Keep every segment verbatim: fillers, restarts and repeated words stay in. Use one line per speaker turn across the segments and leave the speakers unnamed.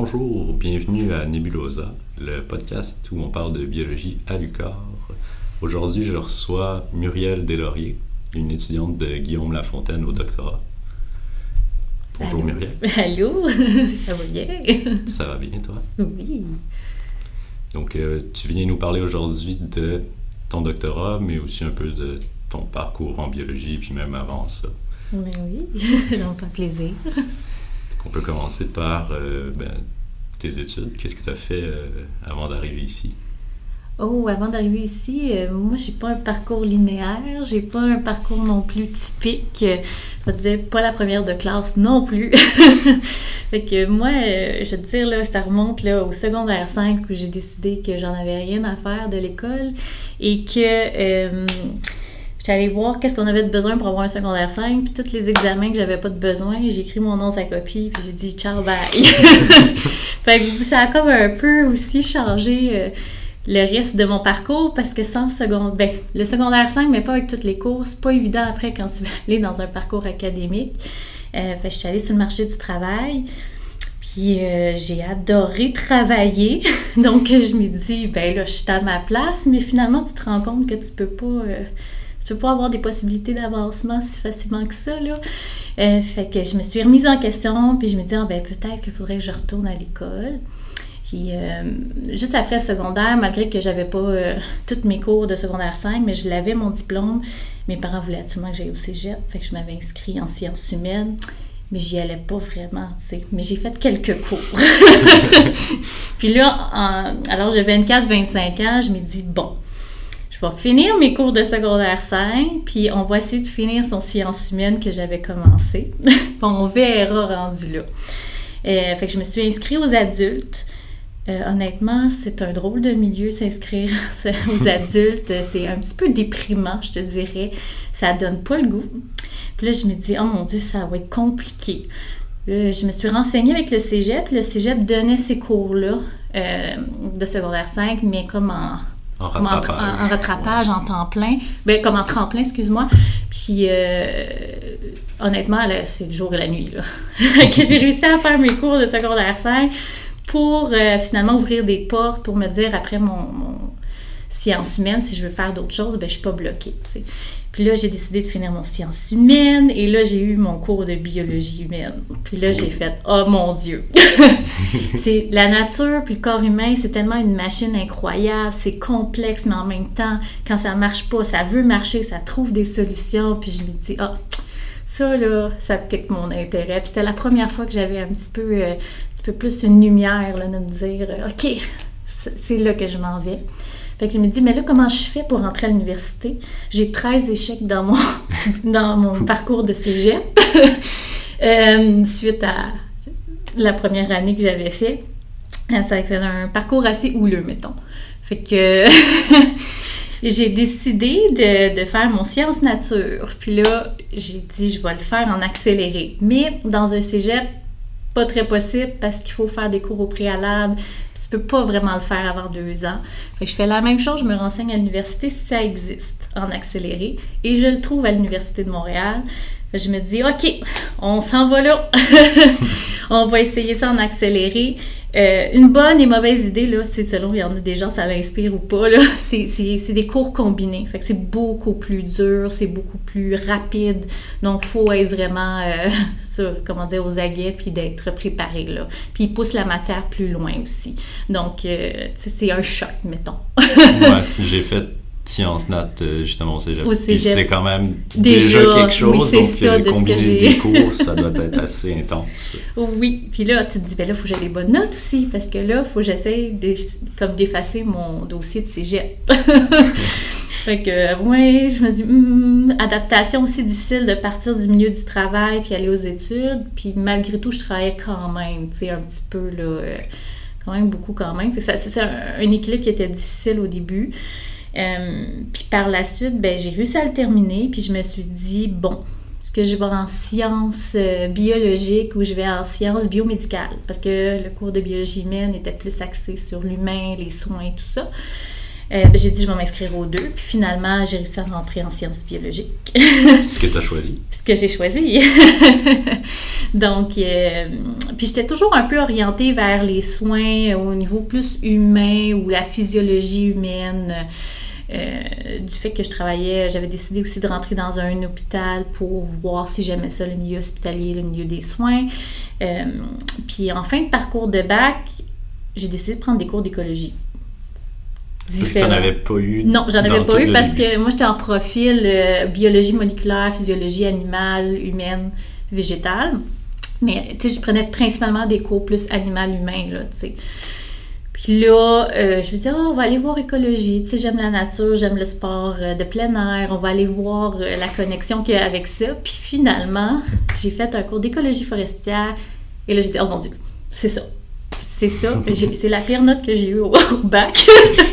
Bonjour, bienvenue à Nebulosa, le podcast où on parle de biologie à l'U Q A R. Aujourd'hui, je reçois Muriel Deslauriers, une étudiante de Guillaume Lafontaine au doctorat. Bonjour
Allô.
Muriel.
Allô, ça va bien?
Ça va bien, toi?
Oui.
Donc, euh, tu viens nous parler aujourd'hui de ton doctorat, mais aussi un peu de ton parcours en biologie, puis même avant ça.
Mais oui, ça me fait plaisir.
On peut commencer par euh, ben, tes études. Qu'est-ce que tu as fait euh, avant d'arriver ici?
Oh, avant d'arriver ici, euh, moi, j'ai pas un parcours linéaire, j'ai pas un parcours non plus typique. Euh, je vais te dire, pas la première de classe non plus. Fait que moi, euh, je vais te dire, là, ça remonte là, au secondaire cinq où j'ai décidé que j'en avais rien à faire de l'école et que euh, j'étais allée voir qu'est-ce qu'on avait de besoin pour avoir un secondaire cinq, puis tous les examens que j'avais pas de besoin, j'ai écrit mon nom sur la copie, puis j'ai dit « ciao, bye ». Fait que ça a comme un peu aussi changé euh, le reste de mon parcours, parce que sans secondaire, ben, le secondaire cinq, mais pas avec toutes les cours, c'est pas évident après quand tu vas aller dans un parcours académique. Euh, fait que je suis allée sur le marché du travail, puis euh, j'ai adoré travailler, donc je me dis, ben là, je suis à ma place, mais finalement, tu te rends compte que tu peux pas... Euh, Tu peux pas avoir des possibilités d'avancement si facilement que ça, là. Euh, fait que je me suis remise en question, puis je me dis, ah, ben peut-être qu'il faudrait que je retourne à l'école. Puis euh, juste après le secondaire, malgré que j'avais pas euh, tous mes cours de secondaire cinq, mais je l'avais mon diplôme, mes parents voulaient absolument que j'aille au cégep, fait que je m'avais inscrite en sciences humaines, mais j'y allais pas vraiment, tu sais. Mais j'ai fait quelques cours. Puis là, en, alors j'ai vingt-quatre vingt-cinq ans, je me dis, bon, je vais finir mes cours de secondaire cinq, puis on va essayer de finir son sciences humaines que j'avais commencé. On verra rendu là. Euh, fait que je me suis inscrite aux adultes. Euh, honnêtement, c'est un drôle de milieu, s'inscrire aux adultes. C'est un petit peu déprimant, je te dirais. Ça donne pas le goût. Puis là, je me dis, oh mon Dieu, ça va être compliqué. Là, je me suis renseignée avec le cégep. Le cégep donnait ces cours-là euh, de secondaire cinq, mais comme en...
En rattrapage.
En, en, en rattrapage, ouais. En temps plein. Ben, comme en tremplin, excuse-moi. Puis, euh, honnêtement, là, c'est le jour et la nuit, là. que j'ai réussi à faire mes cours de secondaire cinq pour euh, finalement ouvrir des portes, pour me dire, après mon, mon sciences humaines, si je veux faire d'autres choses, ben, je suis pas bloquée, tu sais. Puis là, j'ai décidé de finir mon sciences humaines et là, j'ai eu mon cours de biologie humaine. Puis là, j'ai fait « Oh mon Dieu! » C'est la nature puis le corps humain, c'est tellement une machine incroyable, c'est complexe, mais en même temps, quand ça marche pas, ça veut marcher, ça trouve des solutions. Puis je me dis « Ah, ça là, ça pique mon intérêt. » Puis c'était la première fois que j'avais un petit peu, euh, un petit peu plus une lumière là, de me dire « OK, c'est là que je m'en vais. » Fait que je me dis, mais là, comment je fais pour rentrer à l'université? J'ai treize échecs dans mon, dans mon parcours de cégep, euh, suite à la première année que j'avais fait. Ça a été un parcours assez houleux, mettons. Fait que j'ai décidé de, de faire mon sciences nature. Puis là, j'ai dit, je vais le faire en accéléré. Mais dans un cégep, pas très possible parce qu'il faut faire des cours au préalable. Tu peux pas vraiment le faire avant deux ans. Fait que je fais la même chose, je me renseigne à l'université si ça existe en accéléré et je le trouve à l'Université de Montréal. Fait que je me dis, OK, on s'en va là. On va essayer ça en accéléré. Euh, une bonne et mauvaise idée, là, c'est selon, il y en a des gens, ça l'inspire ou pas, là, c'est, c'est, c'est des cours combinés. Fait que c'est beaucoup plus dur, c'est beaucoup plus rapide. Donc, il faut être vraiment euh, sur, comment dire, aux aguets puis d'être préparé, là. Puis, il pousse la matière plus loin aussi. Donc, euh, c'est un choc, mettons.
Ouais, j'ai fait sciences nat justement au cégep.
Au cégep.
C'est quand même
déjà,
déjà quelque chose,
oui, c'est
donc
ça, de
combiner
ce que j'ai...
des cours, ça doit être assez intense.
Oui, puis là, tu te dis, ben là, il faut que j'ai des bonnes notes aussi, parce que là, il faut que j'essaie de, comme d'effacer mon dossier de cégep. Fait que, ouais, je me dis, hum, adaptation aussi difficile de partir du milieu du travail puis aller aux études, puis malgré tout, je travaillais quand même, tu sais, un petit peu, là, euh, quand même beaucoup quand même. Fait que ça, c'est un, un équilibre qui était difficile au début. Euh, puis par la suite, ben, j'ai réussi à le terminer, puis je me suis dit, bon, est-ce que je vais en sciences euh, biologiques ou je vais en sciences biomédicales? Parce que le cours de biologie humaine était plus axé sur l'humain, les soins et tout ça. Euh, ben, j'ai dit, je vais m'inscrire aux deux. Puis finalement, j'ai réussi à rentrer en sciences biologiques.
Ce que tu as choisi.
Ce que j'ai choisi. Donc, euh, puis j'étais toujours un peu orientée vers les soins au niveau plus humain ou la physiologie humaine. Euh, du fait que je travaillais, j'avais décidé aussi de rentrer dans un hôpital pour voir si j'aimais ça, le milieu hospitalier, le milieu des soins. Euh, puis en fin de parcours de bac, j'ai décidé de prendre des cours d'écologie.
Parce que tu n'en avais pas eu.
Non, j'en avais pas eu parce
début.
que moi, j'étais en profil euh, biologie moléculaire, physiologie animale, humaine, végétale. Mais, tu sais, je prenais principalement des cours plus animal-humain, là, tu sais. Puis là, euh, je me disais, oh, on va aller voir écologie. Tu sais, j'aime la nature, j'aime le sport euh, de plein air. On va aller voir euh, la connexion qu'il y a avec ça. Puis finalement, j'ai fait un cours d'écologie forestière. Et là, j'ai dit, oh mon Dieu, c'est ça. C'est ça. J'ai, c'est la pire note que j'ai eue au, au bac.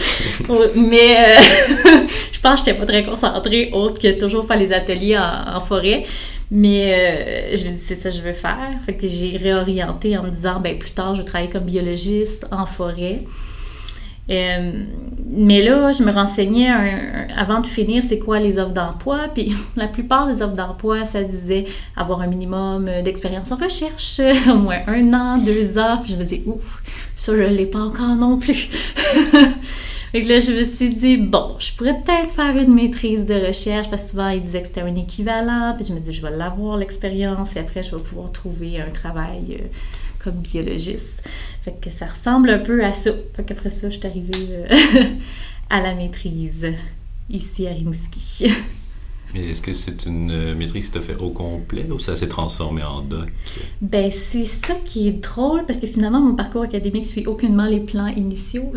Mais euh, je pense que je n'étais pas très concentrée, autre que toujours faire les ateliers en, en forêt. Mais euh, je me dis, c'est ça que je veux faire. Fait que j'ai réorienté en me disant, ben plus tard, je vais travailler comme biologiste en forêt. Euh, mais là, je me renseignais un, un, avant de finir, c'est quoi les offres d'emploi. Puis la plupart des offres d'emploi, ça disait avoir un minimum d'expérience en recherche, au moins un an, deux ans. Puis je me dis, ouf, ça, je ne l'ai pas encore non plus. Fait que là, je me suis dit, bon, je pourrais peut-être faire une maîtrise de recherche, parce que souvent, ils disaient que c'était un équivalent, puis je me dis, je vais l'avoir, l'expérience, et après, je vais pouvoir trouver un travail euh, comme biologiste. Fait que ça ressemble un peu à ça. Fait qu'après ça, je suis arrivée euh, à la maîtrise, ici à Rimouski.
Mais est-ce que c'est une maîtrise que tu as fait au complet ou ça s'est transformé en doc?
Ben, c'est ça qui est drôle parce que finalement, mon parcours académique suit aucunement les plans initiaux.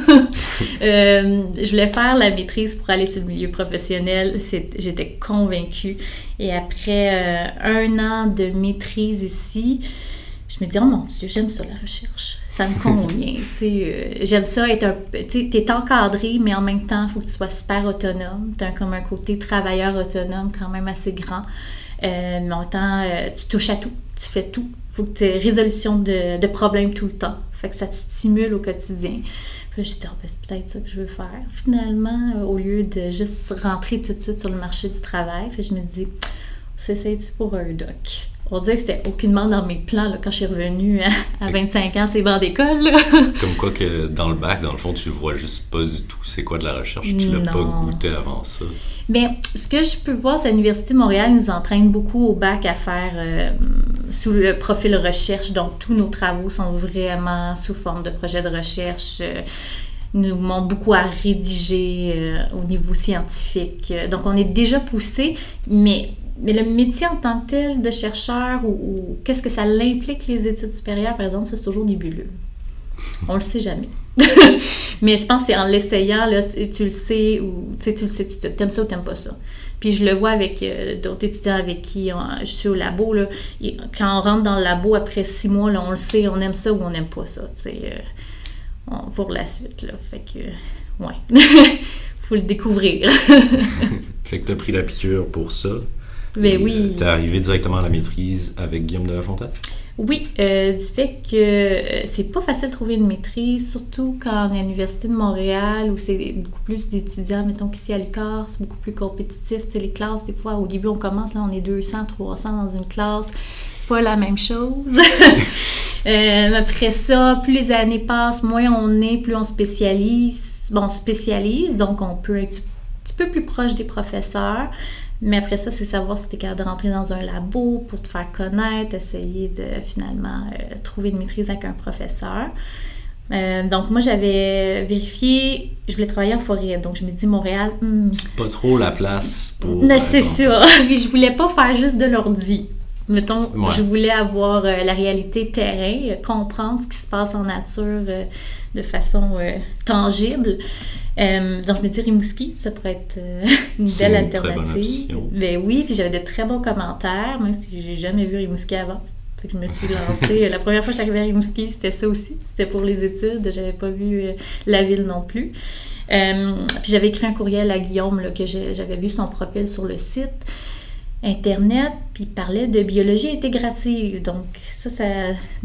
euh, je voulais faire la maîtrise pour aller sur le milieu professionnel. C'est, j'étais convaincue. Et après euh, un an de maîtrise ici, je me dis, oh mon Dieu, j'aime ça la recherche. Ça me convient, tu sais. Euh, j'aime ça être un... Tu sais, t'es encadré, mais en même temps, il faut que tu sois super autonome. T'as comme un côté travailleur autonome quand même assez grand. Euh, mais en même temps, euh, tu touches à tout. Tu fais tout. Il faut que tu aies résolution de, de problèmes tout le temps. Fait que ça te stimule au quotidien. Puis là, je me dis, oh, ben, c'est peut-être ça que je veux faire. Finalement, euh, au lieu de juste rentrer tout de suite sur le marché du travail, fait, je me dis, s'essaye-tu pour un doc? On dirait que c'était aucunement dans mes plans là, quand je suis revenue à, à vingt-cinq ans, ces bancs d'école. Là.
Comme quoi que dans le bac, dans le fond, tu ne vois juste pas du tout c'est quoi de la recherche. Tu l'as pas goûté avant ça.
Bien, ce que je peux voir, c'est que l'Université de Montréal nous entraîne beaucoup au bac à faire euh, sous le profil recherche. Donc, tous nos travaux sont vraiment sous forme de projet de recherche. Euh, nous montrent beaucoup à rédiger euh, au niveau scientifique. Donc, on est déjà poussé, mais... Mais le métier en tant que tel de chercheur ou, ou qu'est-ce que ça l'implique les études supérieures, par exemple, ça, c'est toujours nébuleux. On le sait jamais. Mais je pense que c'est en l'essayant, là, tu le sais, ou tu sais, tu le sais, tu t'aimes ça ou t'aimes pas ça. Puis je le vois avec euh, d'autres étudiants avec qui on, je suis au labo, là, et quand on rentre dans le labo après six mois, là, on le sait, on aime ça ou on n'aime pas ça, tu sais, euh, on, pour la suite, là. Fait que, euh, ouais, faut le découvrir.
Fait que t'as pris la piqûre pour ça.
Ben oui.
T'es arrivé directement à la maîtrise avec Guillaume de la Fontaine?
Oui, euh, du fait que euh, c'est pas facile de trouver une maîtrise, surtout quand on est à l'Université de Montréal, où c'est beaucoup plus d'étudiants, mettons qu'ici à l'U Q A R, c'est beaucoup plus compétitif. Tu sais, les classes, des fois, au début, on commence, là, on est deux cents, trois cents dans une classe, pas la même chose. euh, après ça, plus les années passent, moins on est, plus on spécialise. Bon, on spécialise, donc on peut être un petit peu plus proche des professeurs. Mais après ça, c'est savoir si tu es capable de rentrer dans un labo pour te faire connaître, essayer de finalement euh, trouver une maîtrise avec un professeur. Euh, donc moi, j'avais vérifié, je voulais travailler en forêt, donc je me dis Montréal... Hmm,
pas trop la place pour...
Non, c'est ça. Puis je voulais pas faire juste de l'ordi. Mettons, ouais. Je voulais avoir euh, la réalité terrain, euh, comprendre ce qui se passe en nature euh, de façon euh, tangible. Euh, donc, je me dis Rimouski, ça pourrait être euh, une
c'est
belle
une
alternative. Ben oui, puis j'avais de très bons commentaires, même si j'ai jamais vu Rimouski avant. Fait que je me suis lancée. La première fois que je suis arrivée à Rimouski, c'était ça aussi. C'était pour les études. J'avais pas vu euh, la ville non plus. Euh, puis j'avais écrit un courriel à Guillaume là, que je, j'avais vu son profil sur le site Internet, puis il parlait de biologie intégrative. Donc, ça, ça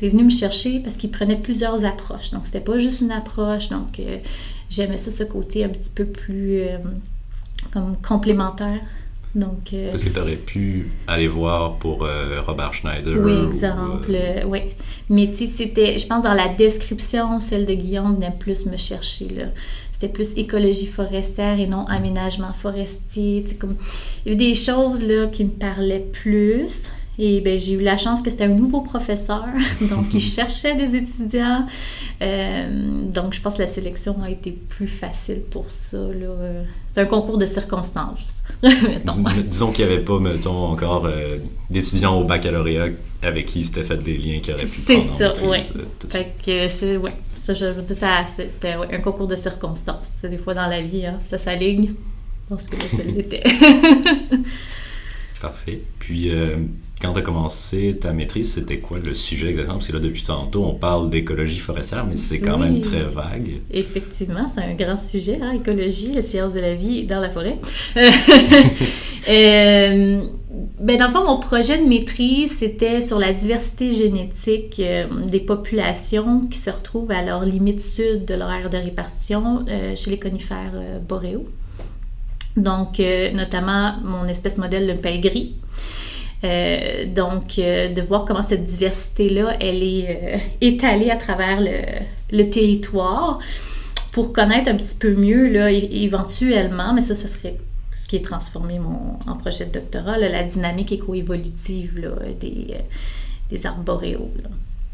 c'est venu me chercher parce qu'il prenait plusieurs approches. Donc, c'était pas juste une approche. Donc, euh, j'aimais ça, ce côté un petit peu plus euh, comme complémentaire. Donc, euh,
parce que tu aurais pu aller voir pour euh, Robert Schneider.
Oui, exemple.
Ou, euh...
euh, oui. Mais tu sais, c'était, je pense, dans la description, celle de Guillaume venait plus me chercher, là. C'était plus écologie forestière et non aménagement forestier. Tu sais, comme, il y avait des choses, là, qui me parlaient plus. Et ben, j'ai eu la chance que c'était un nouveau professeur, donc il cherchait des étudiants. Euh, donc, je pense que la sélection a été plus facile pour ça, là. C'est un concours de circonstances, mettons.
Dis, disons qu'il n'y avait pas, mettons, encore euh, d'étudiants au baccalauréat avec qui c'était fait des liens qui auraient pu
c'est
prendre
ça,
en maîtrise,
ouais.
euh, tout
fait ça. que c'est, ouais. Ça, je veux dire, ça, c'était ouais, un concours de circonstances. C'est des fois dans la vie, hein, ça s'aligne. Parce que là, ça l'était.
Parfait. Puis, euh, quand tu as commencé ta maîtrise, c'était quoi le sujet exactement? Parce que là, depuis tantôt, on parle d'écologie forestière, mais c'est quand oui. même très vague.
Effectivement, c'est un grand sujet, hein, écologie, la science de la vie dans la forêt. euh, ben, dans le fond, mon projet de maîtrise, c'était sur la diversité génétique euh, des populations qui se retrouvent à leur limite sud de leur aire de répartition euh, chez les conifères euh, boréaux. Donc, euh, notamment mon espèce modèle, le pin gris. Euh, donc, euh, de voir comment cette diversité-là, elle est euh, étalée à travers le, le territoire pour connaître un petit peu mieux, là, é- éventuellement, mais ça, ça serait ce qui est transformé mon, en projet de doctorat, là, la dynamique éco-évolutive là, des, euh, des arbres boréaux, là,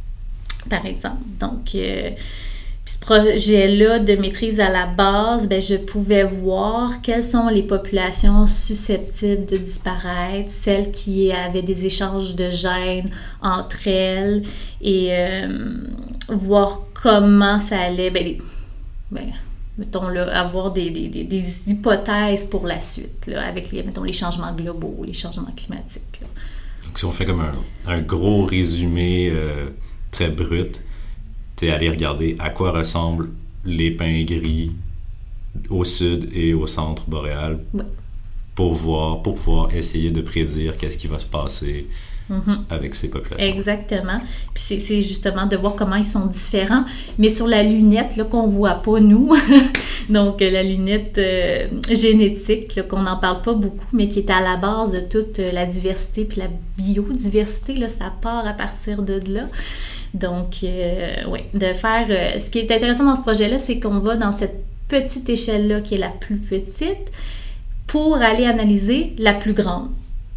par exemple. Donc, euh, ce projet-là de maîtrise à la base, ben, je pouvais voir quelles sont les populations susceptibles de disparaître, celles qui avaient des échanges de gènes entre elles, et euh, voir comment ça allait, ben, les, ben, mettons, là, avoir des, des, des, des hypothèses pour la suite, là, avec les, mettons, les changements globaux, les changements climatiques, là.
Donc, si on fait comme un, un gros résumé euh, très brut, t'es allé regarder à quoi ressemblent les pins gris au sud et au centre boréal
ouais.
pour voir, pour pouvoir essayer de prédire qu'est-ce qui va se passer mm-hmm. avec ces populations.
Exactement. Puis c'est, c'est justement de voir comment ils sont différents, mais sur la lunette là, qu'on voit pas, nous, donc la lunette euh, génétique, là, qu'on n'en parle pas beaucoup, mais qui est à la base de toute la diversité, puis la biodiversité, là, ça part à partir de là. Donc, euh, oui, de faire... Euh, ce qui est intéressant dans ce projet-là, c'est qu'on va dans cette petite échelle-là, qui est la plus petite, pour aller analyser la plus grande.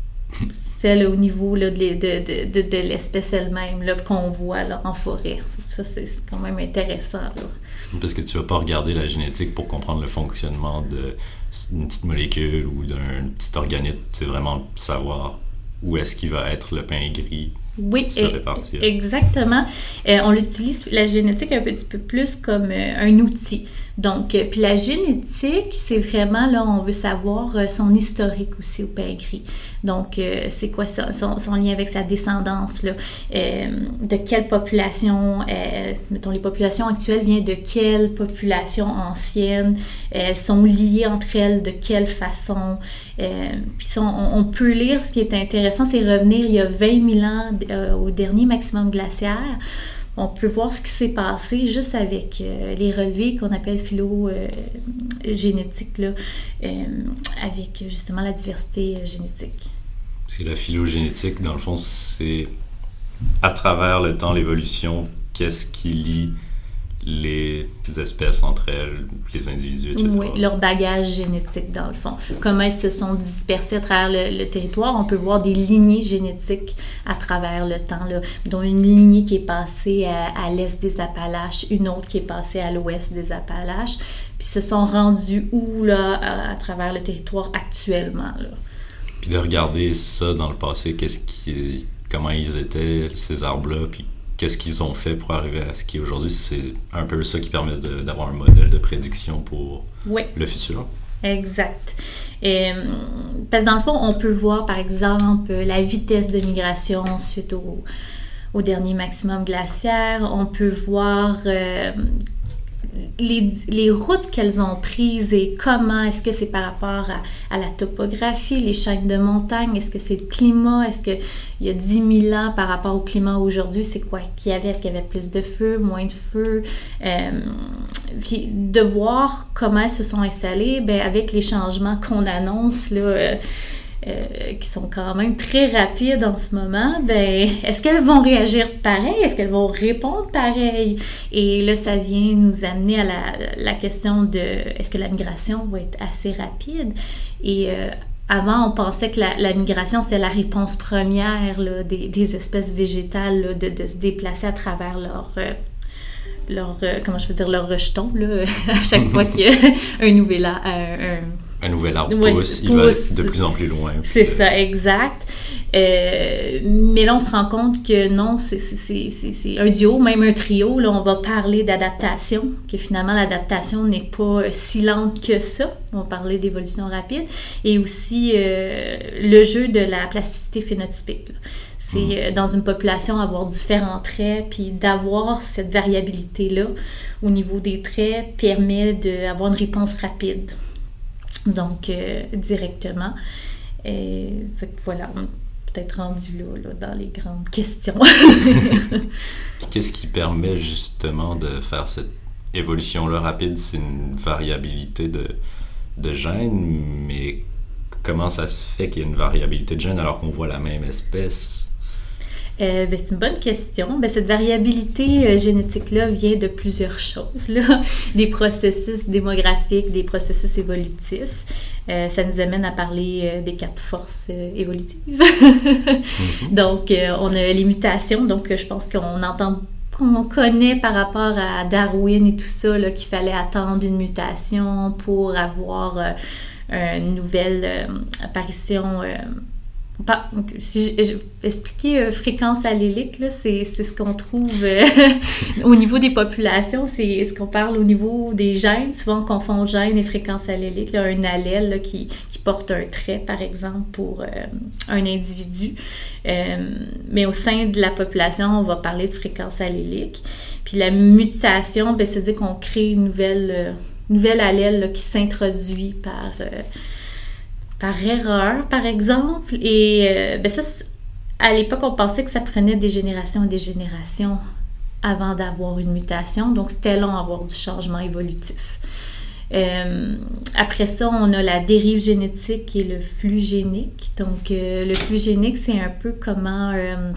Celle au niveau là, de, de, de, de l'espèce elle-même, là, qu'on voit là, en forêt. Ça, c'est, c'est quand même intéressant, là.
Parce que tu ne vas pas regarder la génétique pour comprendre le fonctionnement d'une petite molécule ou d'un petit organisme. C'est vraiment savoir où est-ce qu'il va être le pin gris.
Oui, se répartir. Exactement. Euh, on utilise la génétique un petit peu plus comme euh, un outil. Donc, euh, puis la génétique, c'est vraiment, là, on veut savoir euh, son historique aussi au pin gris. Donc, euh, c'est quoi ça, son, son lien avec sa descendance, là, euh, de quelle population, euh, mettons, les populations actuelles viennent de quelle population ancienne, euh, elles sont liées entre elles de quelle façon. Euh, puis on, on peut lire, ce qui est intéressant, c'est revenir il y a vingt mille ans euh, au dernier maximum glaciaire. On peut voir ce qui s'est passé juste avec euh, les relevés qu'on appelle phylogénétiques, euh, euh, avec justement la diversité euh, génétique.
Parce que la phylogénétique, dans le fond, c'est à travers le temps, l'évolution, qu'est-ce qui lie les espèces entre elles, les individus, et cetera.
Oui, leur bagage génétique, dans le fond. Comment ils se sont dispersés à travers le, le territoire. On peut voir des lignées génétiques à travers le temps, là, dont une lignée qui est passée à, à l'est des Appalaches, une autre qui est passée à l'ouest des Appalaches, puis se sont rendus où, là, à, à travers le territoire actuellement, là.
Puis de regarder ça dans le passé, qu'est-ce qui, comment ils étaient, ces arbres-là, puis qu'est-ce qu'ils ont fait pour arriver à ce qui est aujourd'hui, c'est un peu ça qui permet de, d'avoir un modèle de prédiction pour oui. le futur.
Exact. Et, parce que dans le fond, on peut voir, par exemple, la vitesse de migration suite au, au dernier maximum glaciaire. On peut voir euh, les, les routes qu'elles ont prises et comment, est-ce que c'est par rapport à, à la topographie, les chaînes de montagne, est-ce que c'est le climat, est-ce qu'il y a dix mille ans par rapport au climat aujourd'hui, c'est quoi qu'il y avait, est-ce qu'il y avait plus de feu, moins de feu, euh, puis de voir comment elles se sont installées, ben avec les changements qu'on annonce, là, euh, Euh, qui sont quand même très rapides en ce moment, ben est-ce qu'elles vont réagir pareil? Est-ce qu'elles vont répondre pareil? Et là, ça vient nous amener à la, la question de est-ce que la migration va être assez rapide? Et euh, avant, on pensait que la, la migration, c'était la réponse première là, des, des espèces végétales là, de, de se déplacer à travers leur... Euh, leur, euh, comment je peux dire, leur rejeton, là, à chaque fois qu'il y a un nouvel a, un, un,
un nouvel arbre
ouais,
pousse, il
pousse.
va de plus en plus loin.
C'est euh... ça, exact. Euh, mais là, on se rend compte que non, c'est, c'est, c'est, c'est un duo, même un trio. Là, on va parler d'adaptation, que finalement, l'adaptation n'est pas si lente que ça. On va parler d'évolution rapide. Et aussi, euh, le jeu de la plasticité phénotypique, là. C'est dans une population avoir différents traits, puis d'avoir cette variabilité-là au niveau des traits permet d'avoir une réponse rapide, donc euh, directement. Et, fait que voilà, on est peut-être rendu là, là dans les grandes questions.
Qu'est-ce qui permet justement de faire cette évolution-là rapide? C'est une variabilité de, de gènes, mais comment ça se fait qu'il y a une variabilité de gènes alors qu'on voit la même espèce?
Euh, ben, c'est une bonne question. Ben, cette variabilité euh, génétique-là vient de plusieurs choses, là. Des processus démographiques, des processus évolutifs. Euh, ça nous amène à parler euh, des quatre forces euh, évolutives. mm-hmm. Donc, euh, on a les mutations. Donc, je pense qu'on entend, qu'on connaît par rapport à Darwin et tout ça, là, qu'il fallait attendre une mutation pour avoir euh, une nouvelle euh, apparition. Euh, Pas, si je, je expliquer euh, fréquence allélique, là, c'est, c'est ce qu'on trouve euh, au niveau des populations, c'est ce qu'on parle au niveau des gènes. Souvent, on confond gènes et fréquence allélique. Là, un allèle là, qui, qui porte un trait, par exemple, pour euh, un individu. Euh, mais au sein de la population, on va parler de fréquence allélique. Puis la mutation, ben, c'est-à-dire qu'on crée une nouvelle, euh, nouvelle allèle là, qui s'introduit par... Euh, par erreur, par exemple. Et euh, ben ça, à l'époque, on pensait que ça prenait des générations et des générations avant d'avoir une mutation. Donc, c'était long à avoir du changement évolutif. Euh, après ça, on a la dérive génétique et le flux génique. Donc, euh, le flux génique, c'est un peu comment euh,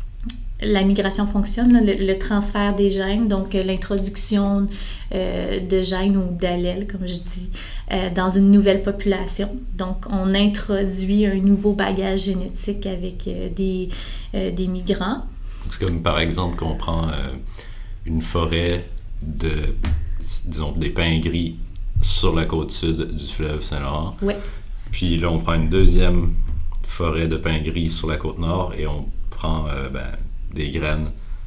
la migration fonctionne, là, le, le transfert des gènes, donc euh, l'introduction euh, de gènes ou d'allèles, comme je dis, euh, dans une nouvelle population. Donc, on introduit un nouveau bagage génétique avec euh, des, euh, des migrants.
C'est comme, par exemple, qu'on prend euh, une forêt de, disons, des pins gris sur la côte sud du fleuve Saint-Laurent.
Ouais.
Puis là, on prend une deuxième forêt de pins gris sur la côte nord et on prend... Euh, ben, des graines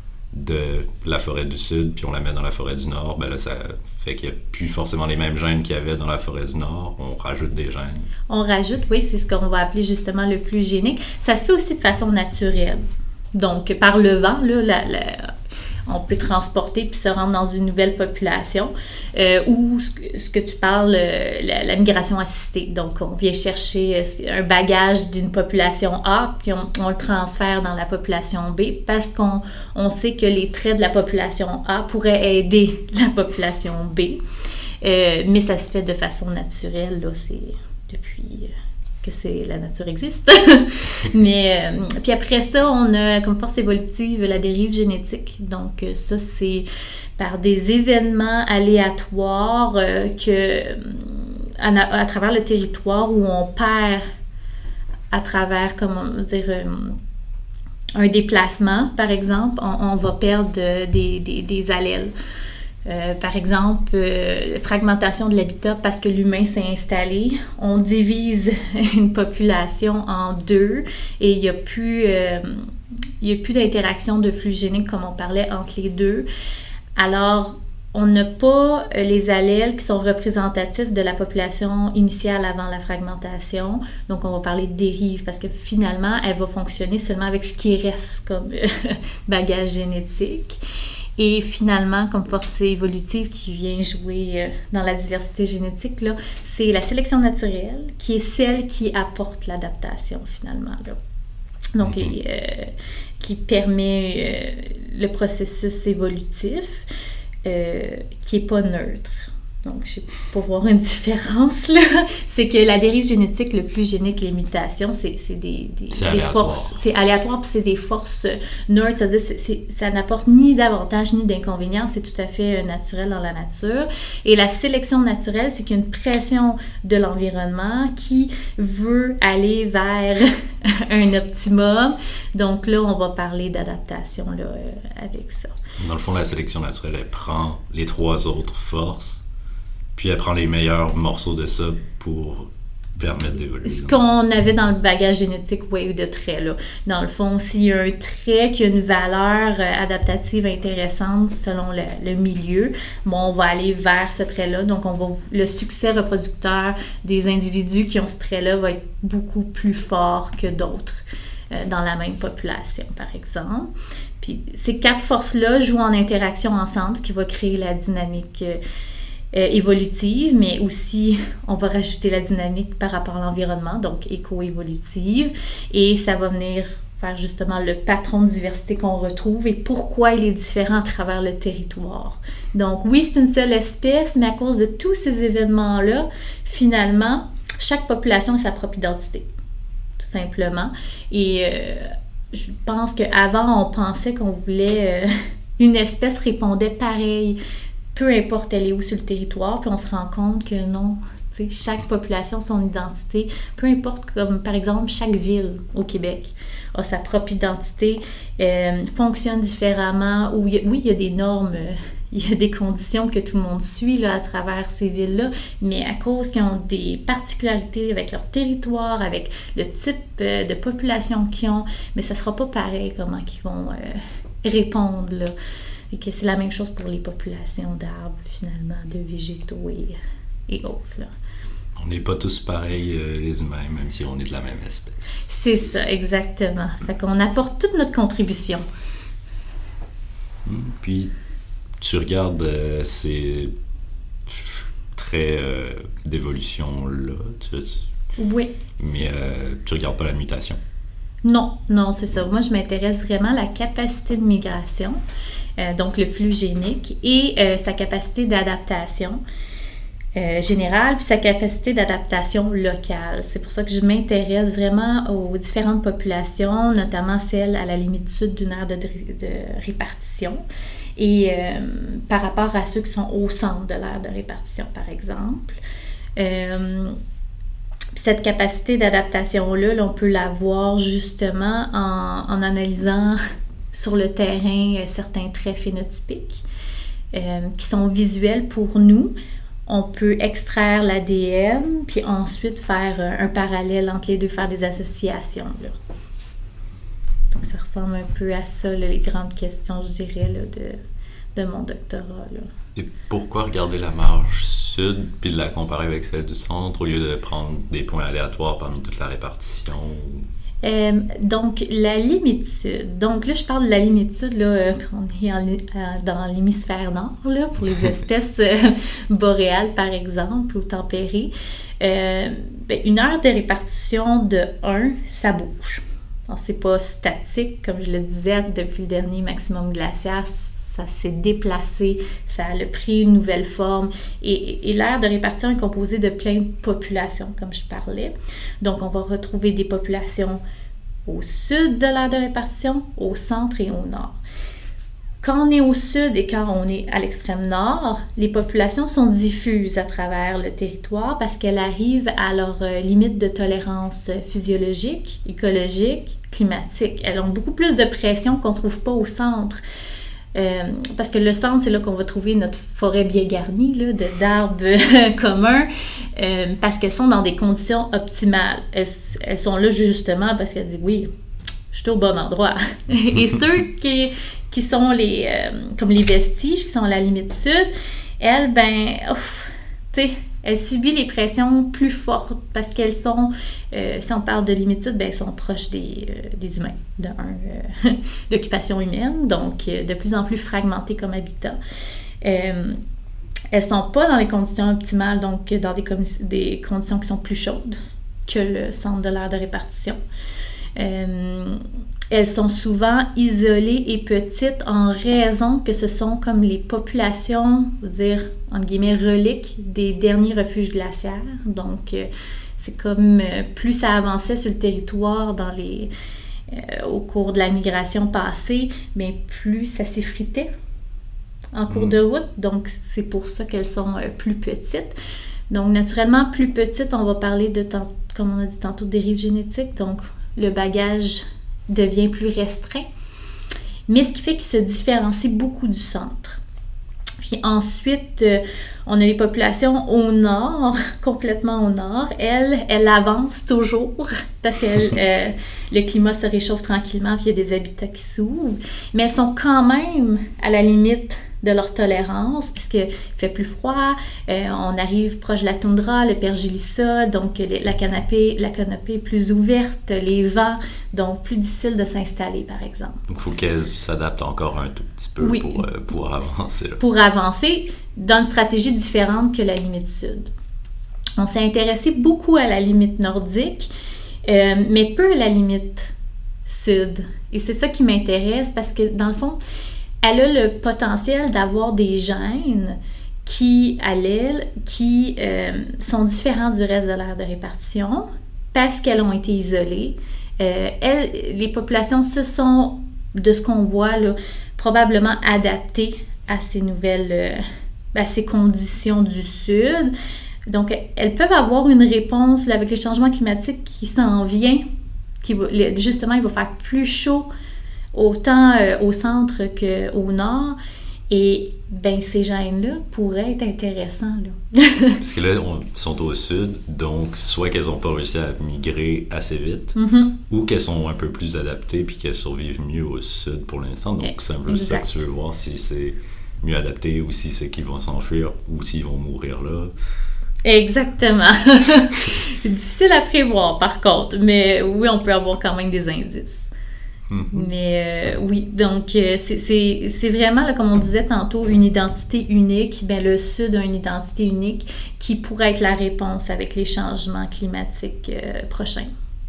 de la forêt du sud, puis on la met dans la forêt du nord, ben là, ça fait qu'il n'y a plus forcément les mêmes gènes qu'il y avait dans la forêt du nord. On rajoute des gènes.
On rajoute, oui, c'est ce qu'on va appeler justement le flux génique. Ça se fait aussi de façon naturelle. Donc, par le vent, là, la, la, on peut transporter puis se rendre dans une nouvelle population. Euh, ou ce que, ce que tu parles, euh, la, la migration assistée. Donc, on vient chercher un bagage d'une population A, puis on, on le transfère dans la population B, parce qu'on on sait que les traits de la population A pourraient aider la population B. Euh, mais ça se fait de façon naturelle, là, c'est depuis... Euh, que c'est, la nature existe. Mais, euh, puis après ça, on a comme force évolutive la dérive génétique. Donc, ça, c'est par des événements aléatoires euh, que, à, à travers le territoire où on perd à travers, comment dire, euh, un déplacement, par exemple, on, on va perdre de, des, des, des allèles. Euh, par exemple, euh, fragmentation de l'habitat parce que l'humain s'est installé. On divise une population en deux et il n'y a plus, euh, il y a plus d'interaction de flux génique comme on parlait entre les deux. Alors, on n'a pas les allèles qui sont représentatifs de la population initiale avant la fragmentation. Donc, on va parler de dérive parce que finalement, elle va fonctionner seulement avec ce qui reste comme bagage génétique. Et finalement, comme force évolutive qui vient jouer euh, dans la diversité génétique, là, c'est la sélection naturelle qui est celle qui apporte l'adaptation finalement. Là. Donc, mm-hmm. euh, qui permet euh, le processus évolutif euh, qui n'est pas neutre. Donc, je sais, pour voir une différence, là, c'est que la dérive génétique, le flux génique, les mutations, c'est, c'est des, des,
c'est
des
aléatoire.
forces. C'est aléatoire, puis c'est des forces neutres, c'est-à-dire c'est, c'est, ça n'apporte ni d'avantages ni d'inconvénients, c'est tout à fait naturel dans la nature. Et la sélection naturelle, c'est qu'il y a une pression de l'environnement qui veut aller vers un optimum. Donc là, on va parler d'adaptation là, euh, avec ça.
Dans le fond, la sélection naturelle, elle prend les trois autres forces, puis elle prend les meilleurs morceaux de ça pour permettre d'évoluer.
Ce qu'on avait dans le bagage génétique, oui, ou de traits, là. Dans le fond, s'il y a un trait qui a une valeur euh, adaptative intéressante selon le, le milieu, bon, on va aller vers ce trait-là. Donc, on va, le succès reproducteur des individus qui ont ce trait-là va être beaucoup plus fort que d'autres euh, dans la même population, par exemple. Puis, ces quatre forces-là jouent en interaction ensemble, ce qui va créer la dynamique euh, Euh, évolutive, mais aussi, on va rajouter la dynamique par rapport à l'environnement, donc éco-évolutive, et ça va venir faire justement le patron de diversité qu'on retrouve et pourquoi il est différent à travers le territoire. Donc oui, c'est une seule espèce, mais à cause de tous ces événements-là, finalement, chaque population a sa propre identité, tout simplement. Et euh, je pense qu'avant, on pensait qu'on voulait... Euh, une espèce répondait pareil, peu importe elle est où sur le territoire, puis on se rend compte que non, tu sais, chaque population a son identité, peu importe, comme par exemple, chaque ville au Québec a sa propre identité, euh, fonctionne différemment, où il y a, oui, il y a des normes, euh, il y a des conditions que tout le monde suit là, à travers ces villes-là, mais à cause qu'ils ont des particularités avec leur territoire, avec le type euh, de population qu'ils ont, mais ça sera pas pareil comment ils vont euh, répondre, là. Et que c'est la même chose pour les populations d'arbres, finalement, de végétaux et, et autres. Là.
On n'est pas tous pareils, euh, les humains, même si on est de la même espèce.
C'est ça, exactement. Fait qu'on apporte toute notre contribution.
Puis, tu regardes euh, ces traits euh, d'évolution-là, tu, tu...
Oui.
Mais euh, tu regardes pas la mutation.
Non, non, c'est ça. Moi, je m'intéresse vraiment à la capacité de migration, euh, donc le flux génique, et euh, sa capacité d'adaptation euh, générale, puis sa capacité d'adaptation locale. C'est pour ça que je m'intéresse vraiment aux différentes populations, notamment celles à la limite sud d'une aire de, de répartition, et euh, par rapport à ceux qui sont au centre de l'aire de répartition, par exemple. Euh, Puis cette capacité d'adaptation-là, là, on peut la voir justement en, en analysant sur le terrain euh, certains traits phénotypiques euh, qui sont visuels pour nous. On peut extraire l'A D N, puis ensuite faire euh, un parallèle entre les deux, faire des associations. Là. Donc ça ressemble un peu à ça, là, les grandes questions, je dirais, là, de, de mon doctorat. Là.
Et pourquoi regarder la marge sud puis de la comparer avec celle du centre au lieu de prendre des points aléatoires parmi toute la répartition?
Euh, donc, la limite sud. Donc là, je parle de la limite sud, là, euh, quand on est en, euh, dans l'hémisphère nord, là, pour les espèces euh, boréales, par exemple, ou tempérées. Euh, ben, une aire de répartition de un, ça bouge. Alors, c'est pas statique, comme je le disais, depuis le dernier maximum glaciaire, ça s'est déplacé, ça a pris une nouvelle forme. Et, et l'aire de répartition est composée de plein de populations, comme je parlais. Donc, on va retrouver des populations au sud de l'aire de répartition, au centre et au nord. Quand on est au sud et quand on est à l'extrême nord, les populations sont diffuses à travers le territoire parce qu'elles arrivent à leur limite de tolérance physiologique, écologique, climatique. Elles ont beaucoup plus de pression qu'on ne trouve pas au centre. Euh, parce que le centre, c'est là qu'on va trouver notre forêt bien garnie là, de, d'arbres communs, euh, parce qu'elles sont dans des conditions optimales. Elles, elles sont là justement parce qu'elles disent « oui, je suis au bon endroit ». Et ceux qui, qui sont les, euh, comme les vestiges, qui sont à la limite sud, elles, ben, ouf, tu sais, Elle subit les pressions plus fortes parce qu'elles sont, euh, si on parle de limites sud, ben, elles sont proches des, euh, des humains, de un, euh, l'occupation humaine, donc euh, de plus en plus fragmentées comme habitat. Euh, elles ne sont pas dans les conditions optimales, donc dans des, des conditions qui sont plus chaudes que le centre de l'aire de répartition. Euh, elles sont souvent isolées et petites en raison que ce sont comme les populations, je veux dire, entre guillemets, reliques des derniers refuges glaciaires. Donc, euh, c'est comme euh, plus ça avançait sur le territoire dans les, euh, au cours de la migration passée, mais plus ça s'effritait en cours mmh. de route. Donc, c'est pour ça qu'elles sont euh, plus petites. Donc, naturellement, plus petites, on va parler de, comme on a dit tantôt, dérive génétique. Donc, le bagage devient plus restreint, mais ce qui fait qu'il se différencie beaucoup du centre. Puis ensuite, euh, on a les populations au nord, complètement au nord. Elles, elles avancent toujours parce que euh, le climat se réchauffe tranquillement, puis il y a des habitats qui s'ouvrent, mais elles sont quand même à la limite de leur tolérance, parce qu'il fait plus froid, euh, on arrive proche de la toundra, le pergélisol, donc la canopée, la canopée est plus ouverte, les vents, donc plus difficile de s'installer, par exemple.
Donc, il faut qu'elles s'adaptent encore un tout petit peu oui. pour euh, pouvoir avancer. Là.
Pour avancer dans une stratégie différente que la limite sud. On s'est intéressé beaucoup à la limite nordique, euh, mais peu à la limite sud. Et c'est ça qui m'intéresse, parce que, dans le fond, elle a le potentiel d'avoir des gènes qui, à l'aile, qui euh, sont différents du reste de l'aire de répartition parce qu'elles ont été isolées. Euh, elles, les populations se sont, de ce qu'on voit, là, probablement adaptées à ces nouvelles, euh, à ces conditions du sud. Donc, elles peuvent avoir une réponse là, avec les changements climatiques qui s'en vient, qui va, justement, il va faire plus chaud autant euh, au centre qu'au nord, et ben ces gènes-là pourraient être intéressants. Là.
Parce que là, on, sont au sud, donc soit qu'elles n'ont pas réussi à migrer assez vite,
mm-hmm.
ou qu'elles sont un peu plus adaptées puis qu'elles survivent mieux au sud pour l'instant. Donc c'est un peu ça que tu veux voir, si c'est mieux adapté ou si c'est qu'ils vont s'enfuir ou s'ils vont mourir là.
Exactement. C'est difficile à prévoir par contre, mais oui, on peut avoir quand même des indices.
Mm-hmm.
Mais euh, oui, donc euh, c'est, c'est, c'est vraiment, là, comme on disait tantôt, une identité unique. Ben, le Sud a une identité unique qui pourrait être la réponse avec les changements climatiques euh, prochains,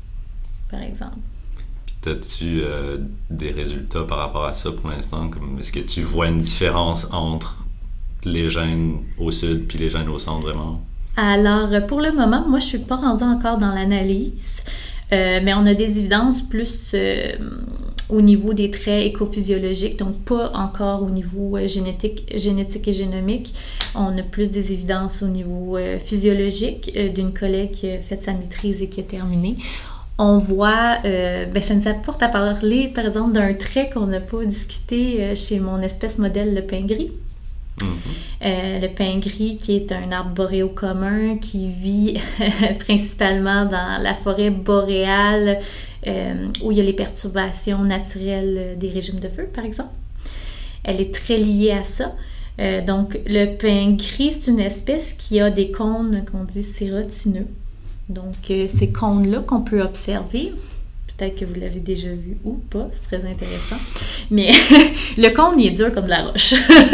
par exemple.
Puis as-tu euh, des résultats par rapport à ça pour l'instant? Comme, est-ce que tu vois une différence entre les gènes au Sud puis les gènes au centre vraiment?
Alors, pour le moment, moi, je ne suis pas rendue encore dans l'analyse. Euh, mais on a des évidences plus euh, au niveau des traits écophysiologiques, donc pas encore au niveau euh, génétique, génétique et génomique. On a plus des évidences au niveau euh, physiologique euh, d'une collègue qui a fait sa maîtrise et qui a terminé. On voit, euh, ben ça nous apporte à parler, par exemple, d'un trait qu'on n'a pas discuté euh, chez mon espèce modèle, le pin gris.
Mm-hmm.
Euh, le pin gris qui est un arbre boréo commun qui vit principalement dans la forêt boréale euh, où il y a les perturbations naturelles des régimes de feu, par exemple. Elle est très liée à ça. Euh, donc, le pin gris, c'est une espèce qui a des cônes qu'on dit sérotineux. Donc, euh, ces cônes-là qu'on peut observer, peut-être que vous l'avez déjà vu ou pas, c'est très intéressant. Mais le cône, il est dur comme de la roche.